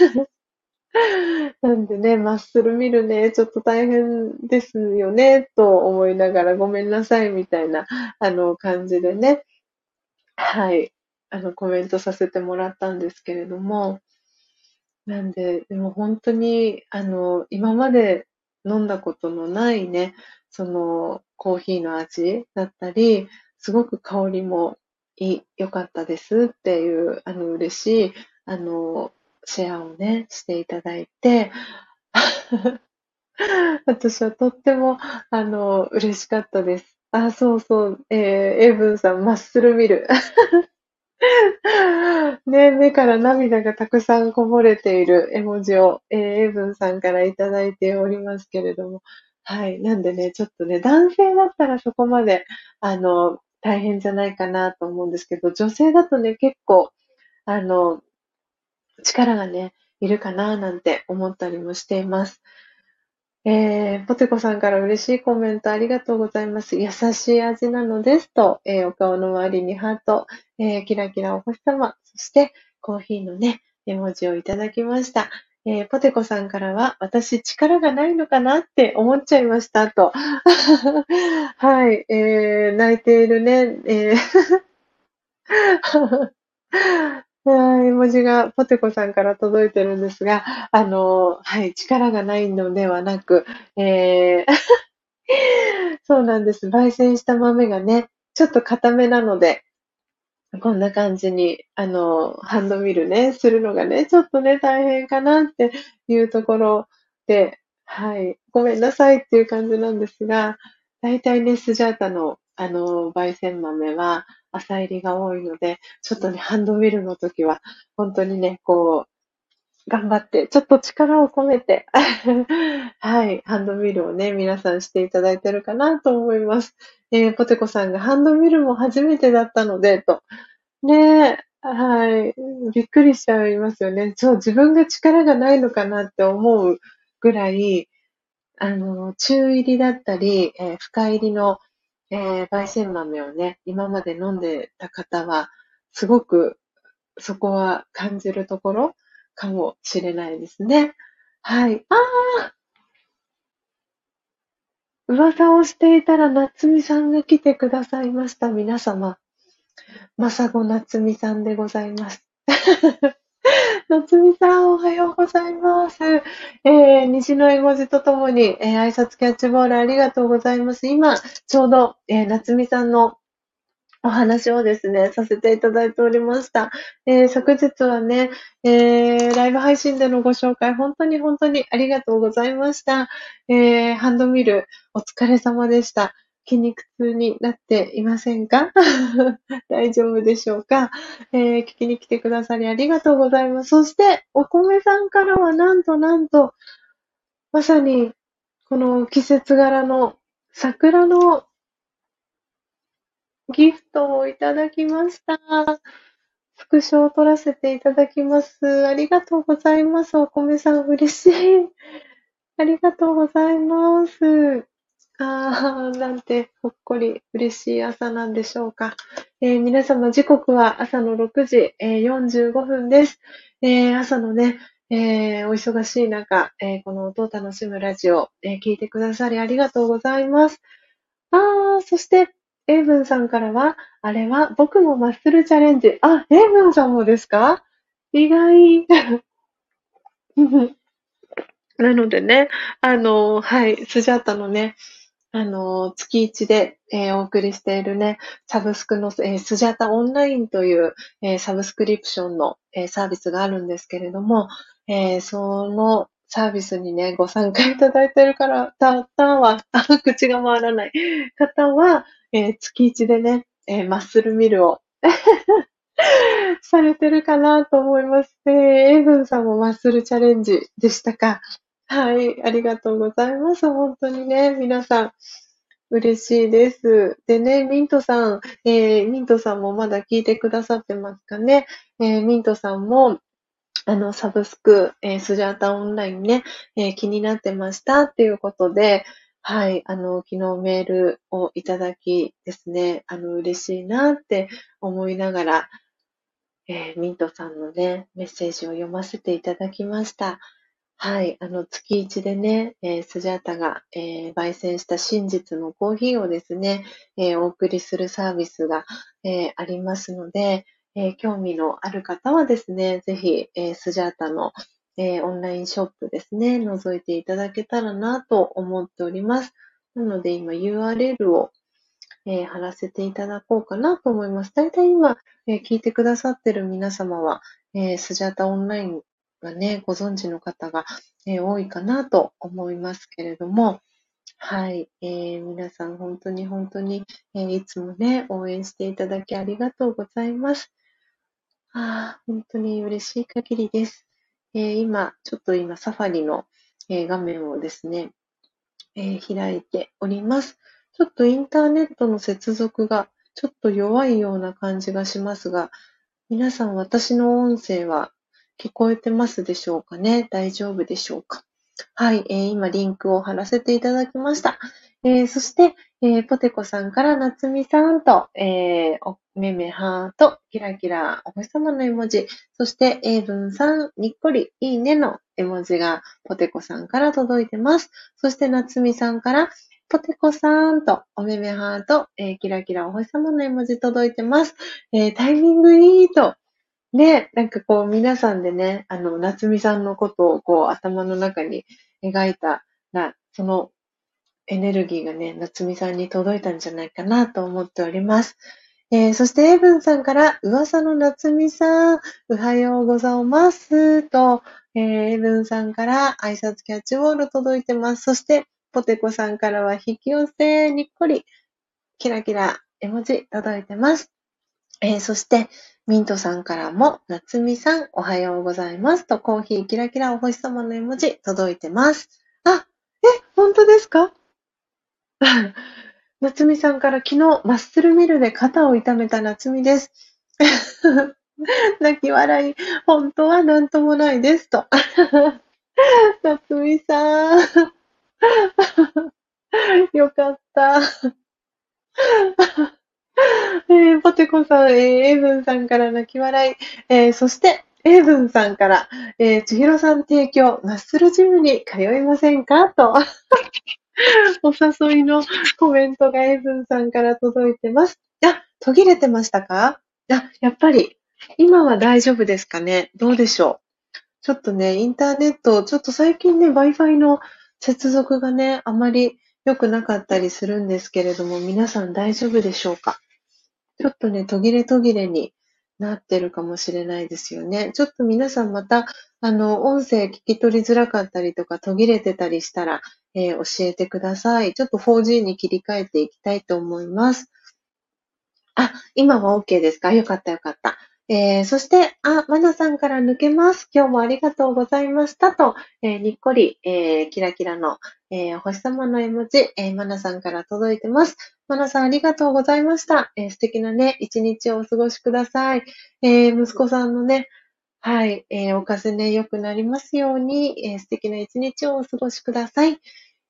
なんでね、マッスル見るね、ちょっと大変ですよね、と思いながらごめんなさいみたいな、感じでね、はい、コメントさせてもらったんですけれども、なんで、でも本当に、今まで飲んだことのないね、そのコーヒーの味だったり、すごく香りも良かったですっていう、嬉しい、あの、シェアをね、していただいて、私はとっても、嬉しかったです。 あ、そうそう、エイブンさん、マッスルミル。ね、目から涙がたくさんこぼれている絵文字を、エイブンさんからいただいておりますけれども。はい。なんでね、ちょっとね、男性だったらそこまで、大変じゃないかなと思うんですけど、女性だとね、結構、あの、力がね、いるかななんて思ったりもしています。ポテコさんから嬉しいコメントありがとうございます。優しい味なのですと、お顔の周りにハート、キラキラお星様、そしてコーヒーのね、絵文字をいただきました。ポテコさんからは、私力がないのかなって思っちゃいましたと。はい、泣いているね、絵文字がポテコさんから届いてるんですが、はい、力がないのではなく、えーそうなんです。焙煎した豆がね、ちょっと硬めなので、こんな感じに、ハンドミルね、するのがね、ちょっとね、大変かなっていうところで、はい、ごめんなさいっていう感じなんですが、大体ね、スジャータの、焙煎豆は浅入りが多いので、ちょっとね、ハンドミルの時は、本当にね、こう、頑張って、ちょっと力を込めてはい、ハンドミルをね、皆さんしていただいてるかなと思います。ポテコさんがハンドミルも初めてだったので、と。ねえ、はい。びっくりしちゃいますよね。そう、自分が力がないのかなって思うぐらい、中入りだったり、深入りの、焙煎豆をね、今まで飲んでた方は、すごくそこは感じるところかもしれないですね。はい。噂をしていたら夏美さんが来てくださいました。皆様。まさご夏美さんでございます。夏美さん、おはようございます。虹の絵文字とともに、挨拶キャッチボールありがとうございます。今、ちょうど、夏美さんのお話をですね、させていただいておりました。昨日はね、ライブ配信でのご紹介、本当に本当にありがとうございました。ハンドミル、お疲れ様でした。筋肉痛になっていませんか？大丈夫でしょうか？聞きに来てくださりありがとうございます。そして、お米さんからはなんと、まさに、この季節柄の桜のギフトをいただきました。スクショを撮らせていただきます。ありがとうございます。お米さん、嬉しい。ありがとうございます。なんてほっこり嬉しい朝なんでしょうか。皆様、時刻は朝の6時、45分です。朝のね、お忙しい中、この音を楽しむラジオ、聞いてくださりありがとうございます。そして、エイブンさんからは、あれは僕もマッスルチャレンジ。エイブンさんもですか？意外。なのでね、はい、スジャータのね、月1で、お送りしているね、サブスクの、スジャータオンラインという、サブスクリプションの、サービスがあるんですけれども、そのサービスにね、ご参加いただいている方は、口が回らない方は、月1でね、マッスルミルをされてるかなと思います。エイブンさんもマッスルチャレンジでしたか？はい、ありがとうございます。本当にね、皆さん、嬉しいです。でね、ミントさんもまだ聞いてくださってますかね。ミントさんも、サブスク、スジャータオンラインね、気になってましたっていうことで、はい、昨日メールをいただきですね、嬉しいなって思いながら、ミントさんのね、メッセージを読ませていただきました。はい、月一でね、スジャータが、焙煎した真実のコーヒーをですね、お送りするサービスが、ありますので、興味のある方はですね、ぜひ、スジャータの、オンラインショップですね、覗いていただけたらなと思っております。なので今 URL を貼らせていただこうかなと思います。大体今、聞いてくださってる皆様は、スジャータオンラインはね、ご存知の方が、多いかなと思いますけれども、 はい。皆さん本当に本当に、いつもね、応援していただきありがとうございます。本当に嬉しい限りです。ちょっと今、サファリの、画面をですね、開いております。ちょっとインターネットの接続がちょっと弱いような感じがしますが、皆さん私の音声は聞こえてますでしょうかね？大丈夫でしょうか？はい、今リンクを貼らせていただきました。そして、ポテコさんから夏美さんと、おめめハート、キラキラお星様の絵文字、そして英文さん、にっこりいいねの絵文字がポテコさんから届いてます。そして夏美さんからポテコさんとおめめハート、キラキラお星様の絵文字届いてます。タイミングいいとね、なんかこう皆さんでね、夏美さんのことをこう頭の中に描いたそのエネルギーがね、夏美さんに届いたんじゃないかなと思っております。そしてエイブンさんから噂の夏美さん、おはようございますと、エイブンさんから挨拶キャッチボール届いてます。そしてポテコさんからは引き寄せにっこりキラキラ絵文字届いてます。そして、ミントさんからも、夏美さん、おはようございますと、コーヒーキラキラお星様の絵文字届いてます。本当ですか？夏美さんから昨日、マッスルミルで肩を痛めた夏美です。泣き笑い。本当は何ともないですと。夏美さん、よかった。ポテコさん、エイブンさんから泣き笑い。そして、エイブンさんから、千尋さん提供、マッスルジムに通いませんかと、お誘いのコメントがエイブンさんから届いてます。途切れてましたか？やっぱり、今は大丈夫ですかね？どうでしょう？ちょっとね、インターネット、ちょっと最近ね、Wi-Fi の接続がね、あまり良くなかったりするんですけれども、皆さん大丈夫でしょうか？ちょっとね、途切れ途切れになってるかもしれないですよね。ちょっと皆さんまた、音声聞き取りづらかったりとか途切れてたりしたら、教えてください。ちょっと 4G に切り替えていきたいと思います。今は OK ですか？よかったよかった。そして、マナさんから抜けます。今日もありがとうございましたと、にっこり、キラキラの、お星様の絵文字、マナさんから届いてます。マナさんありがとうございました。素敵なね、一日をお過ごしください。息子さんのね、はい、お風邪ね、良くなりますように、素敵な一日をお過ごしください。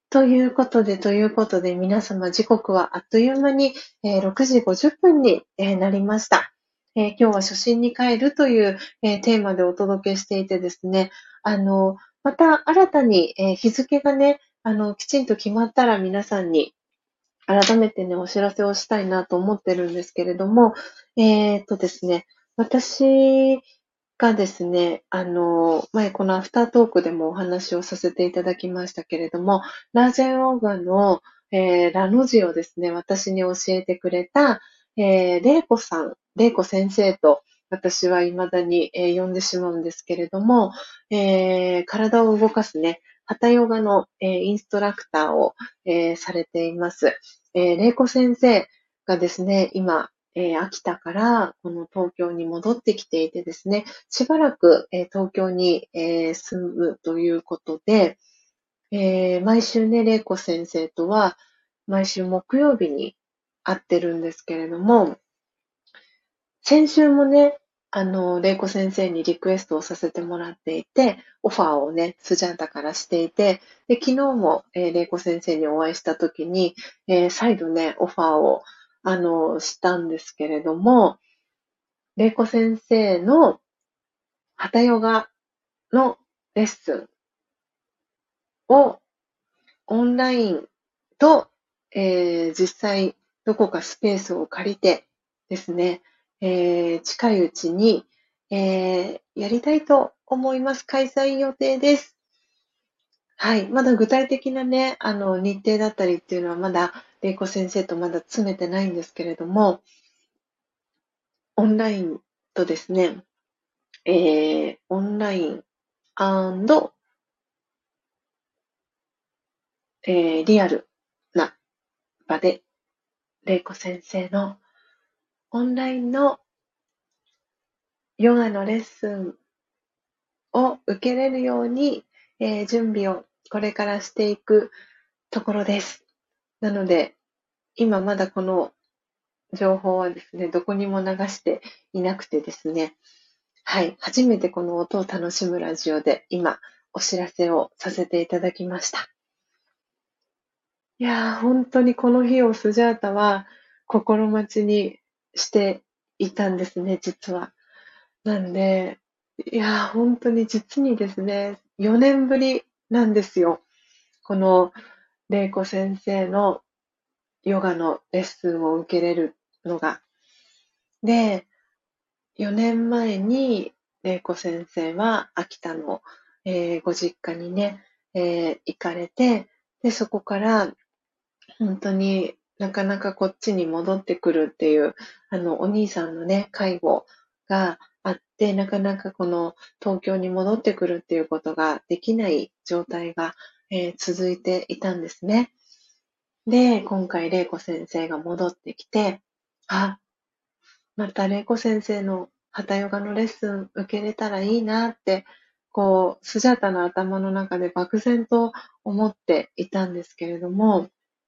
ということで、皆様時刻はあっという間に、6時50分に、なりました。今日は初心に帰るという、テーマでお届けしていてですね、また新たに、日付がね、きちんと決まったら皆さんに改めてね、お知らせをしたいなと思ってるんですけれども、ですね、私がですね、前このアフタートークでもお話をさせていただきましたけれども、ラージェンオーガの、ラの字をですね、私に教えてくれた、レイコさん、レイコ先生と私は未だに、呼んでしまうんですけれども、体を動かすね、ハタヨガの、インストラクターを、されています。レイコ先生がですね、今、秋田からこの東京に戻ってきていてですね、しばらく、東京に、住むということで、毎週ね、玲子先生とは毎週木曜日に会ってるんですけれども、先週もね、玲子先生にリクエストをさせてもらっていて、オファーをね、スジャータからしていて、で、昨日も、玲子先生にお会いしたときに、再度ね、オファーを、したんですけれども、玲子先生のハタヨガのレッスンをオンラインと、実際どこかスペースを借りてですね、近いうちに、やりたいと思います。開催予定です。はい。まだ具体的なね、日程だったりっていうのはまだ、玲子先生とまだ詰めてないんですけれども、オンラインとですね、オンラインリアル場で、玲子先生のオンラインのヨガのレッスンを受けれるように、準備をこれからしていくところです。なので、今まだこの情報はですね、どこにも流していなくてですね、はい、初めてこの音を楽しむラジオで今お知らせをさせていただきました。いやー、本当にこの日をスジャータは心待ちにしていたんですね、実は。なんで、いやー、本当に実にですね、4年ぶりなんですよ。この、玲子先生のヨガのレッスンを受けれるのが。で、4年前に、玲子先生は秋田の、ご実家にね、行かれて、で、そこから本当になかなかこっちに戻ってくるっていう、お兄さんのね、介護があって、なかなかこの東京に戻ってくるっていうことができない状態が、続いていたんですね。で、今回玲子先生が戻ってきて、あ、また玲子先生のハタヨガのレッスン受けれたらいいなって、こう、スジャータの頭の中で漠然と思っていたんですけれども、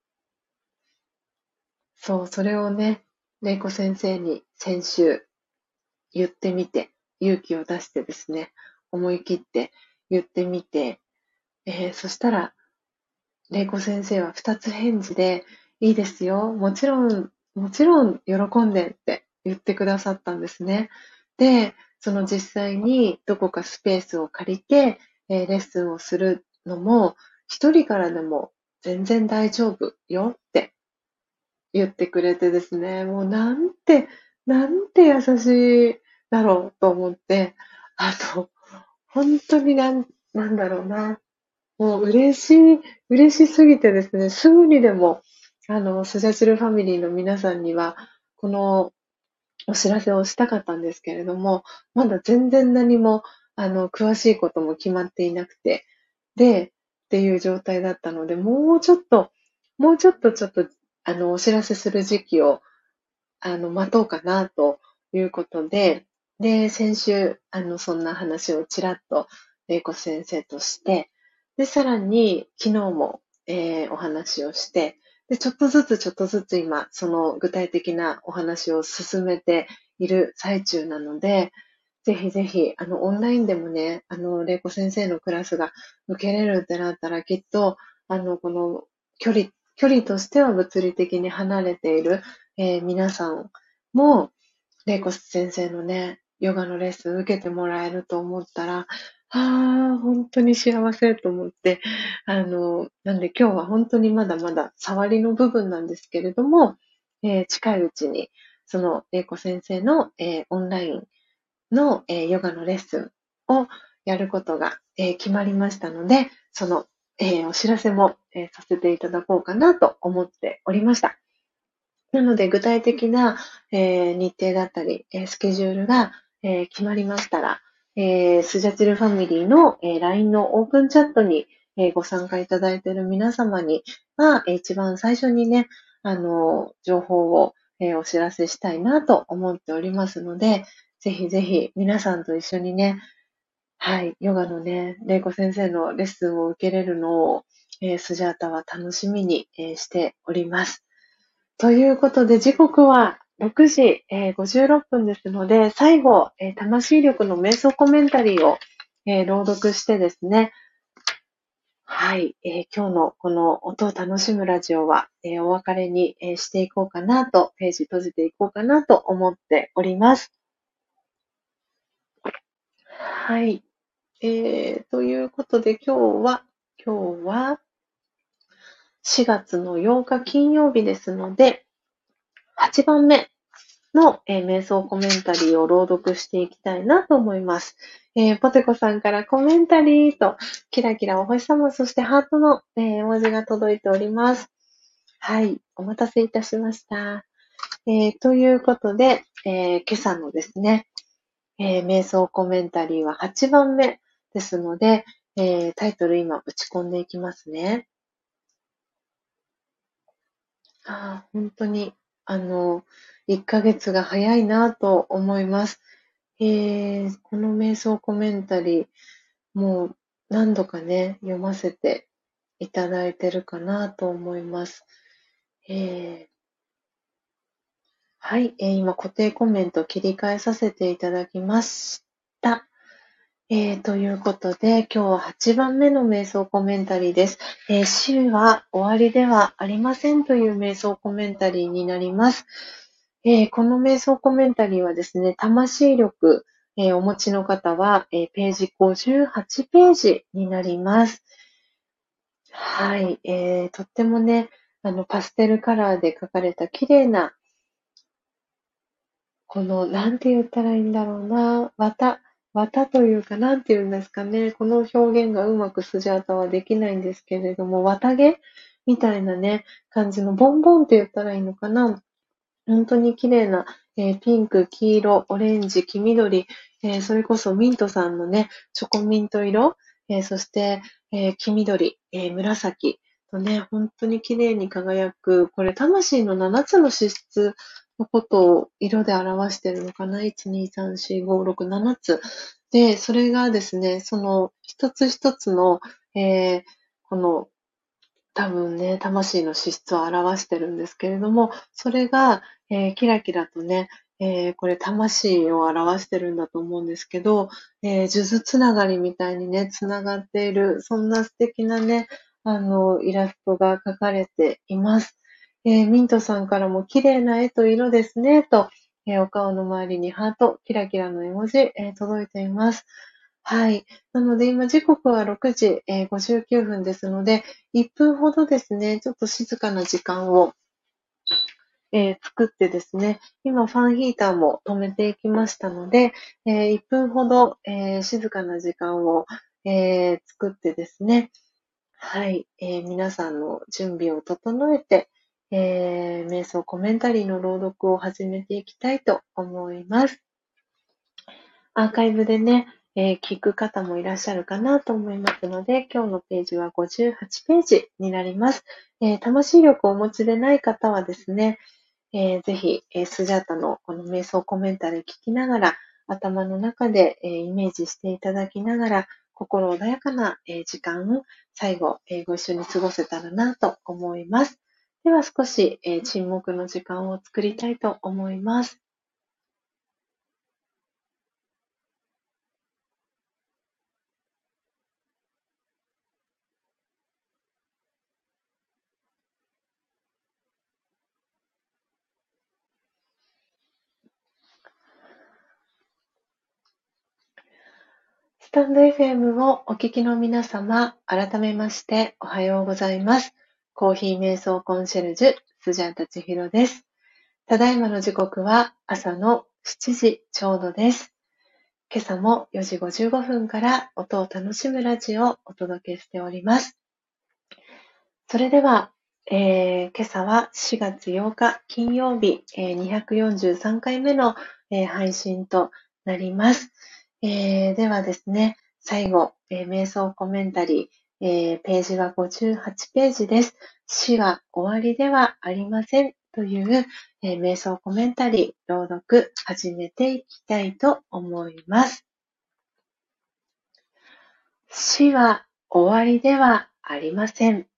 そう、それをね、玲子先生に先週言ってみて、勇気を出してですね、思い切って言ってみて、そしたら、玲子先生は二つ返事で、いいですよ、もちろん喜んでって言ってくださったんですね。で、その実際にどこかスペースを借りて、レッスンをするのも、一人からでも全然大丈夫よって言ってくれてですね、もうなんて優しいだろうと思って、あと、本当になんだろうな、もう嬉しすぎてですね、すぐにでも、スジャチルファミリーの皆さんには、このお知らせをしたかったんですけれども、まだ全然何も、詳しいことも決まっていなくて、で、っていう状態だったので、もうちょっと、お知らせする時期を、待とうかな、ということで、で、先週、そんな話をちらっと、玲子先生として、で、さらに、昨日も、お話をして、で、ちょっとずつ今、その具体的なお話を進めている最中なので、ぜひぜひ、オンラインでもね、玲子先生のクラスが受けれるってなったら、きっと、この距離としては物理的に離れている、皆さんも、玲子先生のね、ヨガのレッスン受けてもらえると思ったら、本当に幸せと思って、なんで今日は本当にまだまだ触りの部分なんですけれども、近いうちに、その玲子先生の、オンラインの、ヨガのレッスンをやることが、決まりましたので、その、お知らせも、させていただこうかなと思っておりました。なので、具体的な、日程だったり、スケジュールが、決まりましたら、スジャチルファミリーの、LINE のオープンチャットに、ご参加いただいている皆様には、一番最初にね、情報を、お知らせしたいなと思っておりますので、ぜひぜひ皆さんと一緒にね、はい、ヨガのね、玲子先生のレッスンを受けれるのを、スジャータは楽しみに、しております。ということで、時刻は6時、56分ですので、最後、魂力の瞑想コメンタリーを、朗読してですね、はい、今日のこの音を楽しむラジオは、お別れに、していこうかなと、ページ閉じていこうかなと思っております。はい、ということで今日は4月の8日金曜日ですので、8番目の、瞑想コメンタリーを朗読していきたいなと思います。ポテコさんからコメンタリーとキラキラお星様、そしてハートの、絵文字が届いております。はい、お待たせいたしました。ということで、今朝のですね、瞑想コメンタリーは8番目ですので、タイトル今打ち込んでいきますね。 本当に、1ヶ月が早いなと思います。この瞑想コメンタリー、もう何度かね、読ませていただいてるかなと思います。えーはい、今固定コメント切り替えさせていただきました。ということで、今日は8番目の瞑想コメンタリーです。週は終わりではありませんという瞑想コメンタリーになります。この瞑想コメンタリーはですね、魂力、お持ちの方は、ページ58ページになります。はい、とってもね、パステルカラーで描かれた綺麗な、この、なんて言ったらいいんだろうな、綿というか、なんて言うんですかね、この表現がうまくスジャータはできないんですけれども、綿毛みたいなね、感じのボンボンって言ったらいいのかな。本当に綺麗な、ピンク、黄色、オレンジ、黄緑、それこそミントさんのね、チョコミント色、そして、黄緑、紫とね、本当に綺麗に輝く、これ魂の7つの資質のことを色で表しているのかな？ 1、2、3、4、5、6、7つ。で、それがですね、その一つ一つの、この多分ね、魂の資質を表してるんですけれども、それが、キラキラとね、これ魂を表してるんだと思うんですけど、数珠つながりみたいにね、つながっている、そんな素敵なね、イラストが描かれています。ミントさんからも綺麗な絵と色ですね、と、お顔の周りにハート、キラキラの絵文字、届いています。はい。なので今時刻は6時、59分ですので、1分ほどですね、ちょっと静かな時間を、作ってですね、今ファンヒーターも止めていきましたので、1分ほど、静かな時間を、作ってですね、はい、皆さんの準備を整えて、瞑想コメンタリーの朗読を始めていきたいと思います。アーカイブでね、聞く方もいらっしゃるかなと思いますので、今日のページは58ページになります。魂力をお持ちでない方はですね、ぜひ、スジャータのこの瞑想コメンタリー聞きながら、頭の中で、イメージしていただきながら、心穏やかな、時間、最後、ご一緒に過ごせたらなと思います。では少し、沈黙の時間を作りたいと思います。スタンド FM をお聞きの皆様、改めましておはようございます。コーヒー瞑想コンシェルジュ、スジャータ千尋です。ただいまの時刻は朝の7時ちょうどです。今朝も4時55分から音を楽しむラジオをお届けしております。それでは、今朝は4月8日金曜日、243回目の、配信となります。ではですね、最後、瞑想コメンタリー、ページは58ページです。死は終わりではありませんという、瞑想コメンタリー朗読始めていきたいと思います。死は終わりではありません。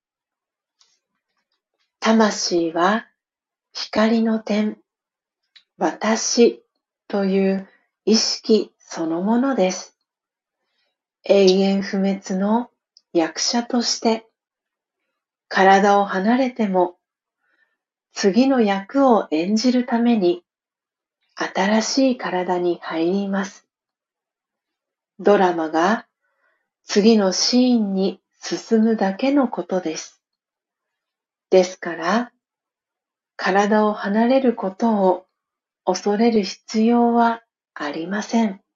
魂は光の点、私という意識そのものです。永遠不滅の役者として体を離れても次の役を演じるために新しい体に入ります。ドラマが次のシーンに進むだけのことです。ですから、体を離れることを恐れる必要はありません。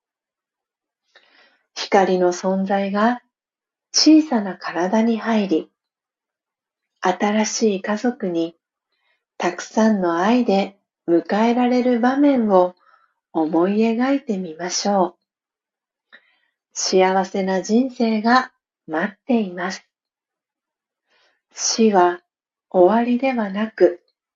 光の存在が小さな体に入り、新しい家族にたくさんの愛で迎えられる場面を思い描いてみましょう。幸せな人生が待っています。死は終わりではなく、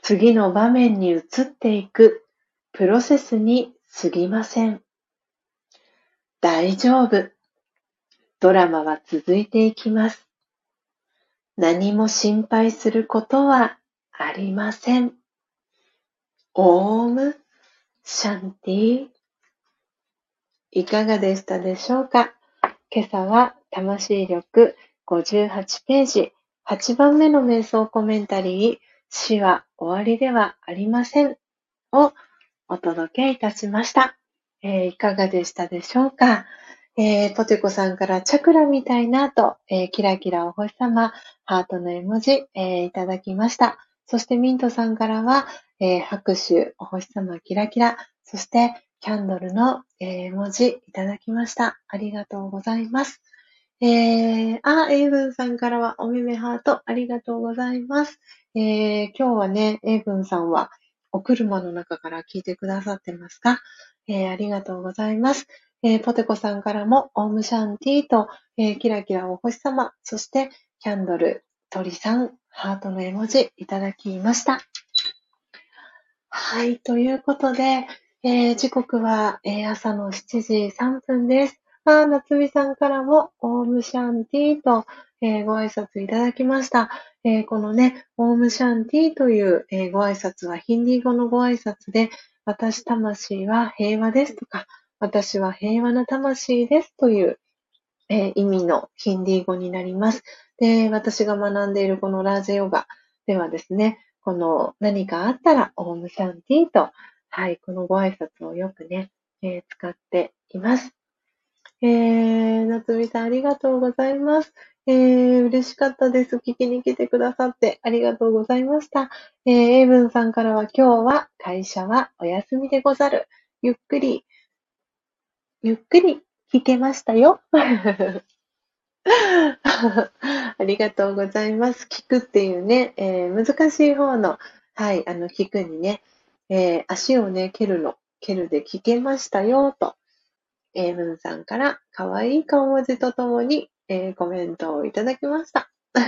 次の場面に移っていくプロセスに過ぎません。大丈夫。ドラマは続いていきます。何も心配することはありません。オームシャンティ。いかがでしたでしょうか。今朝は魂力58ページ8番目の瞑想コメンタリー、死は終わりではありませんをお届けいたしました。いかがでしたでしょうか。ポテコさんからチャクラみたいなと、キラキラお星様、ハートの絵文字、いただきました。そしてミントさんからは、拍手、お星様キラキラ、そしてキャンドルの、絵文字いただきました。ありがとうございます。エイブンさんからはおめめハートありがとうございます。今日はね、エイブンさんはお車の中から聞いてくださってますか？ありがとうございます。ポテコさんからもオームシャンティーと、キラキラお星様、そしてキャンドル、鳥さん、ハートの絵文字いただきました。はい、ということで、時刻は、朝の7時3分です。夏美さんからも、オームシャンティーと、ご挨拶いただきました。このね、オームシャンティーという、ご挨拶はヒンディー語のご挨拶で、私魂は平和ですとか、私は平和な魂ですという、意味のヒンディー語になります。で、私が学んでいるこのラージェヨガではですね、この何かあったらオームシャンティーと、はい、このご挨拶をよくね、使っています。夏美さんありがとうございます。嬉しかったです。聞きに来てくださってありがとうございました。エイブンさんからは今日は会社はお休みでござる。ゆっくり聞けましたよ。ありがとうございます。聞くっていうね、難しい方の、はい、聞くにね、足をね、蹴るで聞けましたよ、と、文さんから可愛い顔文字とともに、コメントをいただきました。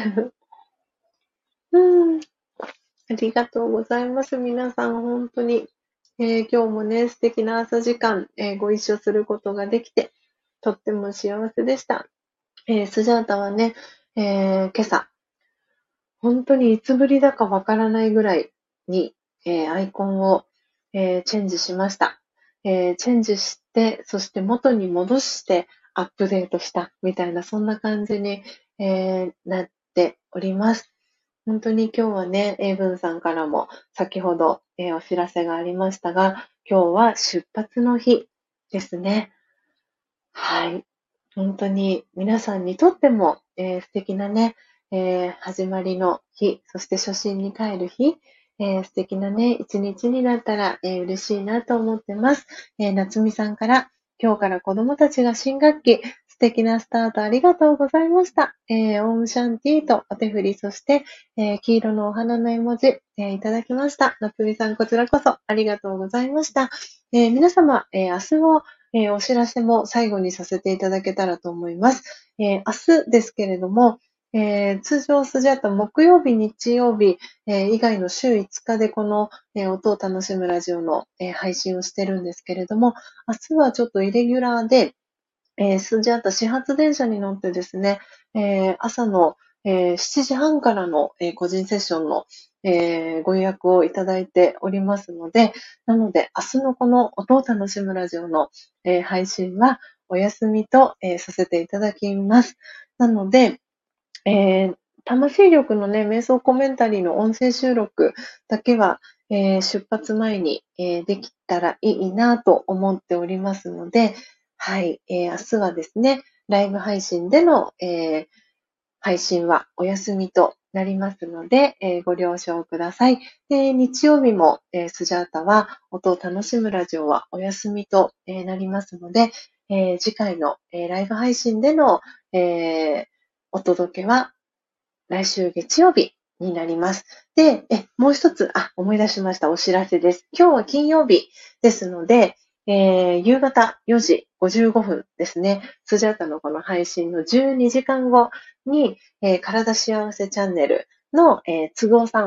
うん、ありがとうございます。皆さん、本当に、今日もね、素敵な朝時間、ご一緒することができて、とっても幸せでした。スジャータはね、今朝、本当にいつぶりだかわからないぐらいに、アイコンを、チェンジしました。チェンジして、そして元に戻してアップデートしたみたいな、そんな感じに、なっております。本当に今日はね、英文さんからも先ほど、お知らせがありましたが、今日は出発の日ですね。はい。本当に皆さんにとっても、素敵なね、始まりの日、そして初心に帰る日、素敵なね、一日になったら、嬉しいなと思ってます。夏美さんから、今日から子供たちが新学期、素敵なスタートありがとうございました。オウムシャンティーとお手振り、そして、黄色のお花の絵文字、いただきました。夏美さん、こちらこそありがとうございました。皆様、明日をお知らせも最後にさせていただけたらと思います。明日ですけれども、通常スジャータ木曜日、日曜日、以外の週5日でこの、音を楽しむラジオの、配信をしてるんですけれども、明日はちょっとイレギュラーで、スジャータ始発電車に乗ってですね、朝の、7時半からの、個人セッションの、ご予約をいただいておりますので、なので明日のこの音を楽しむラジオの、配信はお休みと、させていただきます。なので、魂力のね、瞑想コメンタリーの音声収録だけは、出発前に、できたらいいなと思っておりますので、はい、明日はですね、ライブ配信での、配信はお休みとなりますので、ご了承ください。で、日曜日も、スジャータは音を楽しむラジオはお休みと、なりますので、次回の、ライブ配信での、お届けは来週月曜日になります。で、もう一つ、思い出しました。お知らせです。今日は金曜日ですので、夕方4時55分ですね。スジャータのこの配信の12時間後に、体幸せチャンネルの、都合さん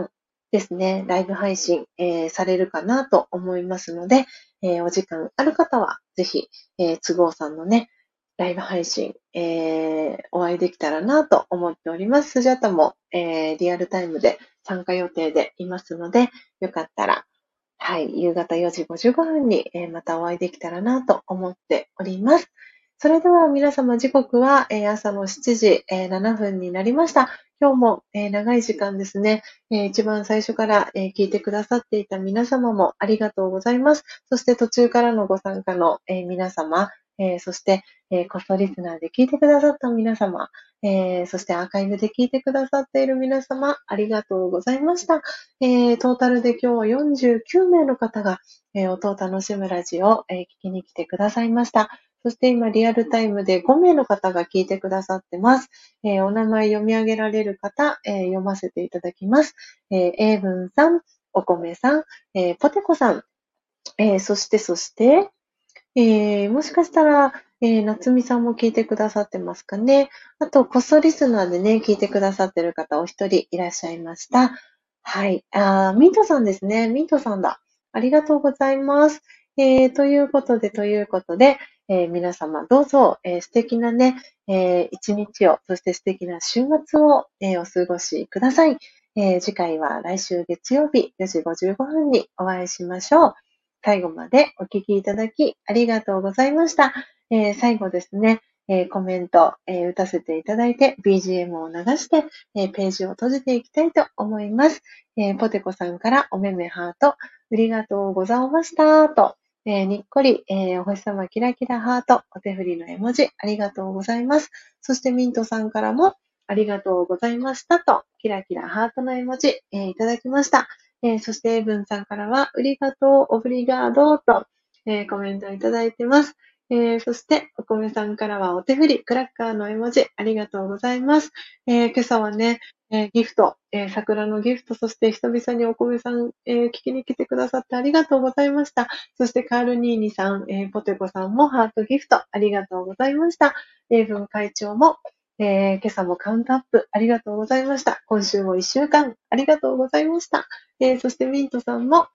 ですね、ライブ配信、されるかなと思いますので、お時間ある方は、ぜひ、都合さんのね、ライブ配信、お会いできたらなと思っております。スジャタも、リアルタイムで参加予定でいますので、よかったら、はい、夕方4時55分に、またお会いできたらなと思っております。それでは皆様時刻は、朝の7時、7分になりました。今日も、長い時間ですね、一番最初から、聞いてくださっていた皆様もありがとうございます。そして途中からのご参加の、皆様、そして、コストリスナーで聞いてくださった皆様、そしてアーカイブで聞いてくださっている皆様、ありがとうございました。トータルで今日は49名の方が、音を楽しむラジオを、聞きに来てくださいました。そして今リアルタイムで5名の方が聞いてくださってます。お名前読み上げられる方、読ませていただきます。英文さん、お米さん、ポテコさん、そして、もしかしたら、夏美さんも聞いてくださってますかね。あと、こっそリスナーでね、聞いてくださってる方お一人いらっしゃいました。はい。ミントさんですね。ミントさんだ。ありがとうございます。ということで、皆様どうぞ、素敵なね、一日を、そして素敵な週末を、お過ごしください。次回は来週月曜日4時55分にお会いしましょう。最後までお聞きいただきありがとうございました。最後ですね、コメント、打たせていただいて BGM を流して、ページを閉じていきたいと思います。ポテコさんからおめめハート、ありがとうございましたと、にっこり、お星様キラキラハート、お手振りの絵文字、ありがとうございます。そしてミントさんからも、ありがとうございましたと、キラキラハートの絵文字、いただきました。そして、エブンさんからは、ありがとう、オブリガードと、コメントをいただいてます。そして、お米さんからは、お手振り、クラッカーの絵文字、ありがとうございます。今朝はね、ギフト、桜のギフト、そして久々にお米さん、聞きに来てくださってありがとうございました。そして、カールニーニさん、ポテコさんもハートギフト、ありがとうございました。エイブン会長も、今朝もカウントアップ、ありがとうございました。今週も1週間、ありがとうございました。そしてミントさんも、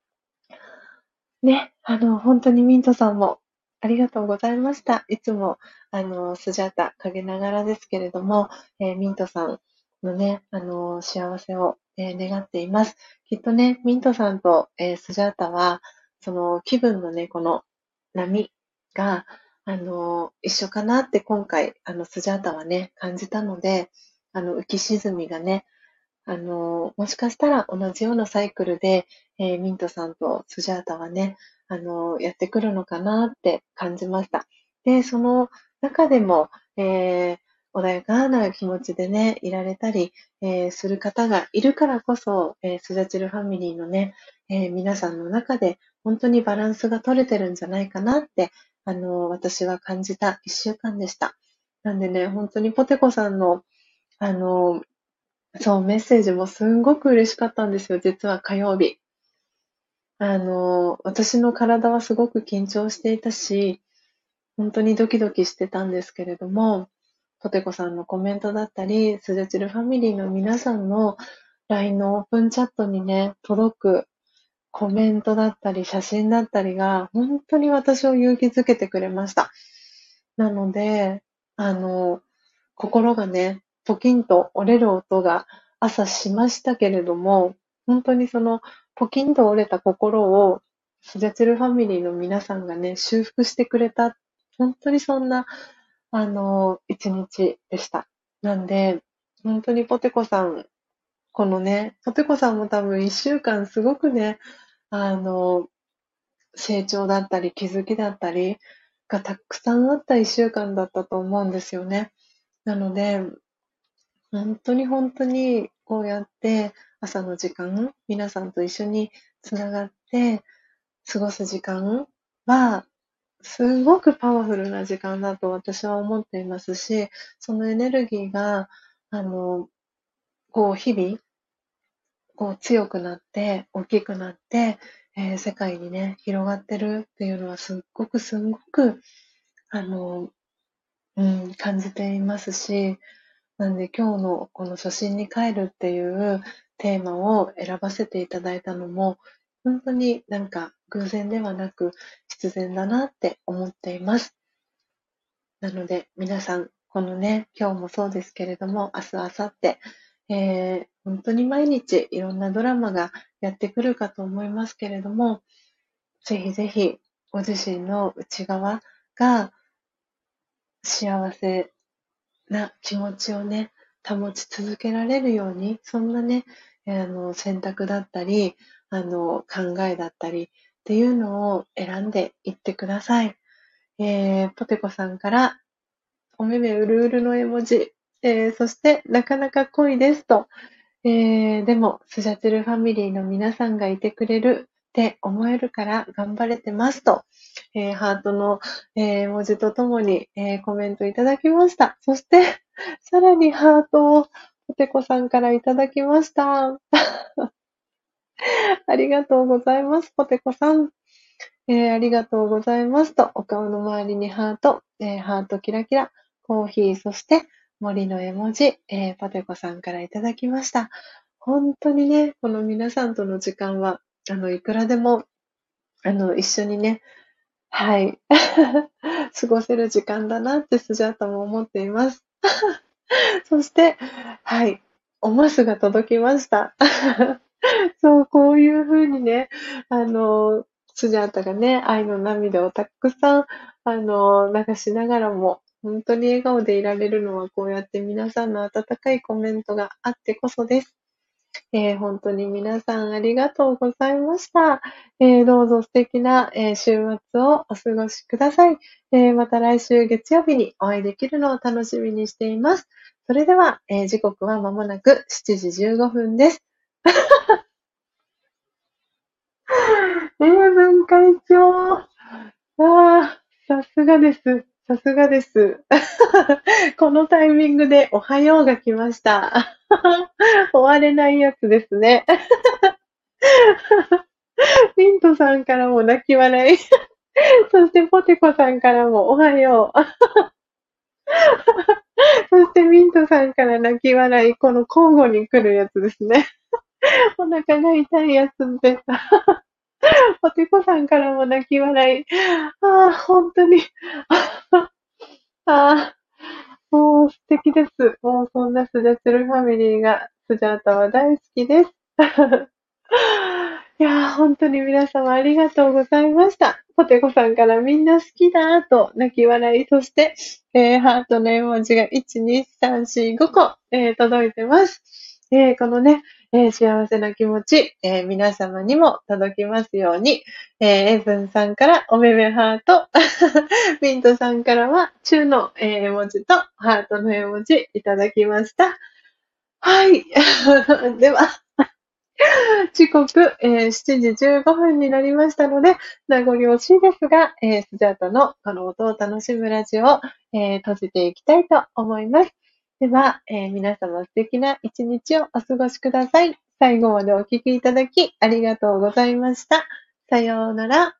ね、本当にミントさんも、ありがとうございました。いつも、スジャータ、陰ながらですけれども、ミントさんのね、幸せを、願っています。きっとね、ミントさんと、スジャータは、その気分のね、この波が、一緒かなって今回、スジャータはね、感じたので、浮き沈みがね、もしかしたら同じようなサイクルで、ミントさんとスジャータはね、やってくるのかなって感じました。で、その中でも、穏やかな気持ちでね、いられたり、する方がいるからこそ、スジャチルファミリーのね、皆さんの中で本当にバランスが取れてるんじゃないかなって、私は感じた一週間でした。なんでね、本当にポテコさんの、あの、そう、メッセージもすんごく嬉しかったんですよ、実は火曜日。私の体はすごく緊張していたし、本当にドキドキしてたんですけれども、ポテコさんのコメントだったり、スジャチルファミリーの皆さんの LINE のオープンチャットにね、届くコメントだったり、写真だったりが、本当に私を勇気づけてくれました。なので、あの、心がね、ポキンと折れる音が朝しましたけれども、本当にそのポキンと折れた心をスジャチルファミリーの皆さんがね、修復してくれた、本当にそんな、一日でした。なんで、本当にポテコさん、このね、ポテコさんも多分一週間すごくね、あの、成長だったり気づきだったりがたくさんあった一週間だったと思うんですよね。なので、本当にこうやって朝の時間、皆さんと一緒につながって過ごす時間は、すごくパワフルな時間だと私は思っていますし、そのエネルギーが、あの、こう日々、こう強くなって、大きくなって、世界にね、広がってるっていうのはすっごく、あの、感じていますし、なんで今日のこの初心に帰るっていうテーマを選ばせていただいたのも、本当になんか偶然ではなく必然だなって思っています。なので皆さん、このね、今日もそうですけれども、明日、明後日、本当に毎日いろんなドラマがやってくるかと思いますけれども、ぜひぜひご自身の内側が幸せな気持ちをね、保ち続けられるように、そんなね、選択だったり、考えだったりっていうのを選んでいってください。ポテコさんから、おめめうるうるの絵文字、そしてなかなか濃いですと、でも、スジャチルファミリーの皆さんがいてくれるって思えるから頑張れてますと、ハートの、文字とともに、コメントいただきました。そして、さらにハートをポテコさんからいただきました。ありがとうございます、ポテコさん。ありがとうございますと、お顔の周りにハート、ハートキラキラ、コーヒー、そして森の絵文字、ポテコさんからいただきました。本当にね、この皆さんとの時間は、いくらでも、一緒にね、はい、過ごせる時間だなってスジャータも思っています。そして、はい、おマスが届きました。そう、こういう風にね、スジャータがね、愛の涙をたくさん、流しながらも、本当に笑顔でいられるのは、こうやって皆さんの温かいコメントがあってこそです。本当に皆さんありがとうございました。どうぞ素敵な、週末をお過ごしください。また来週月曜日にお会いできるのを楽しみにしています。それでは、時刻はまもなく7時15分です。文会長。ああ、さすがです。さすがです。このタイミングでおはようが来ました。終われないやつですね。ミントさんからも泣き笑い。そしてポテコさんからもおはよう。そしてミントさんから泣き笑い。この交互に来るやつですね。お腹が痛いやつです。ポテコさんからも泣き笑い。ああ、本当に。ああ、もう素敵です。もうそんなスジャチルファミリーが、スジャータは大好きです。いやー、本当に皆様ありがとうございました。ポテコさんからみんな好きだーと泣き笑い、そして、ハートの絵文字が1、2、3、4、5個、届いてます。このね、幸せな気持ち、皆様にも届きますように、エブンさんからおめめハート、ミントさんからは中の、絵文字とハートの絵文字いただきました。はい。では、時刻、7時15分になりましたので、名残惜しいですが、スジャータのこの音を楽しむラジオを、閉じていきたいと思います。では、皆様素敵な一日をお過ごしください。最後までお聞きいただきありがとうございました。さようなら。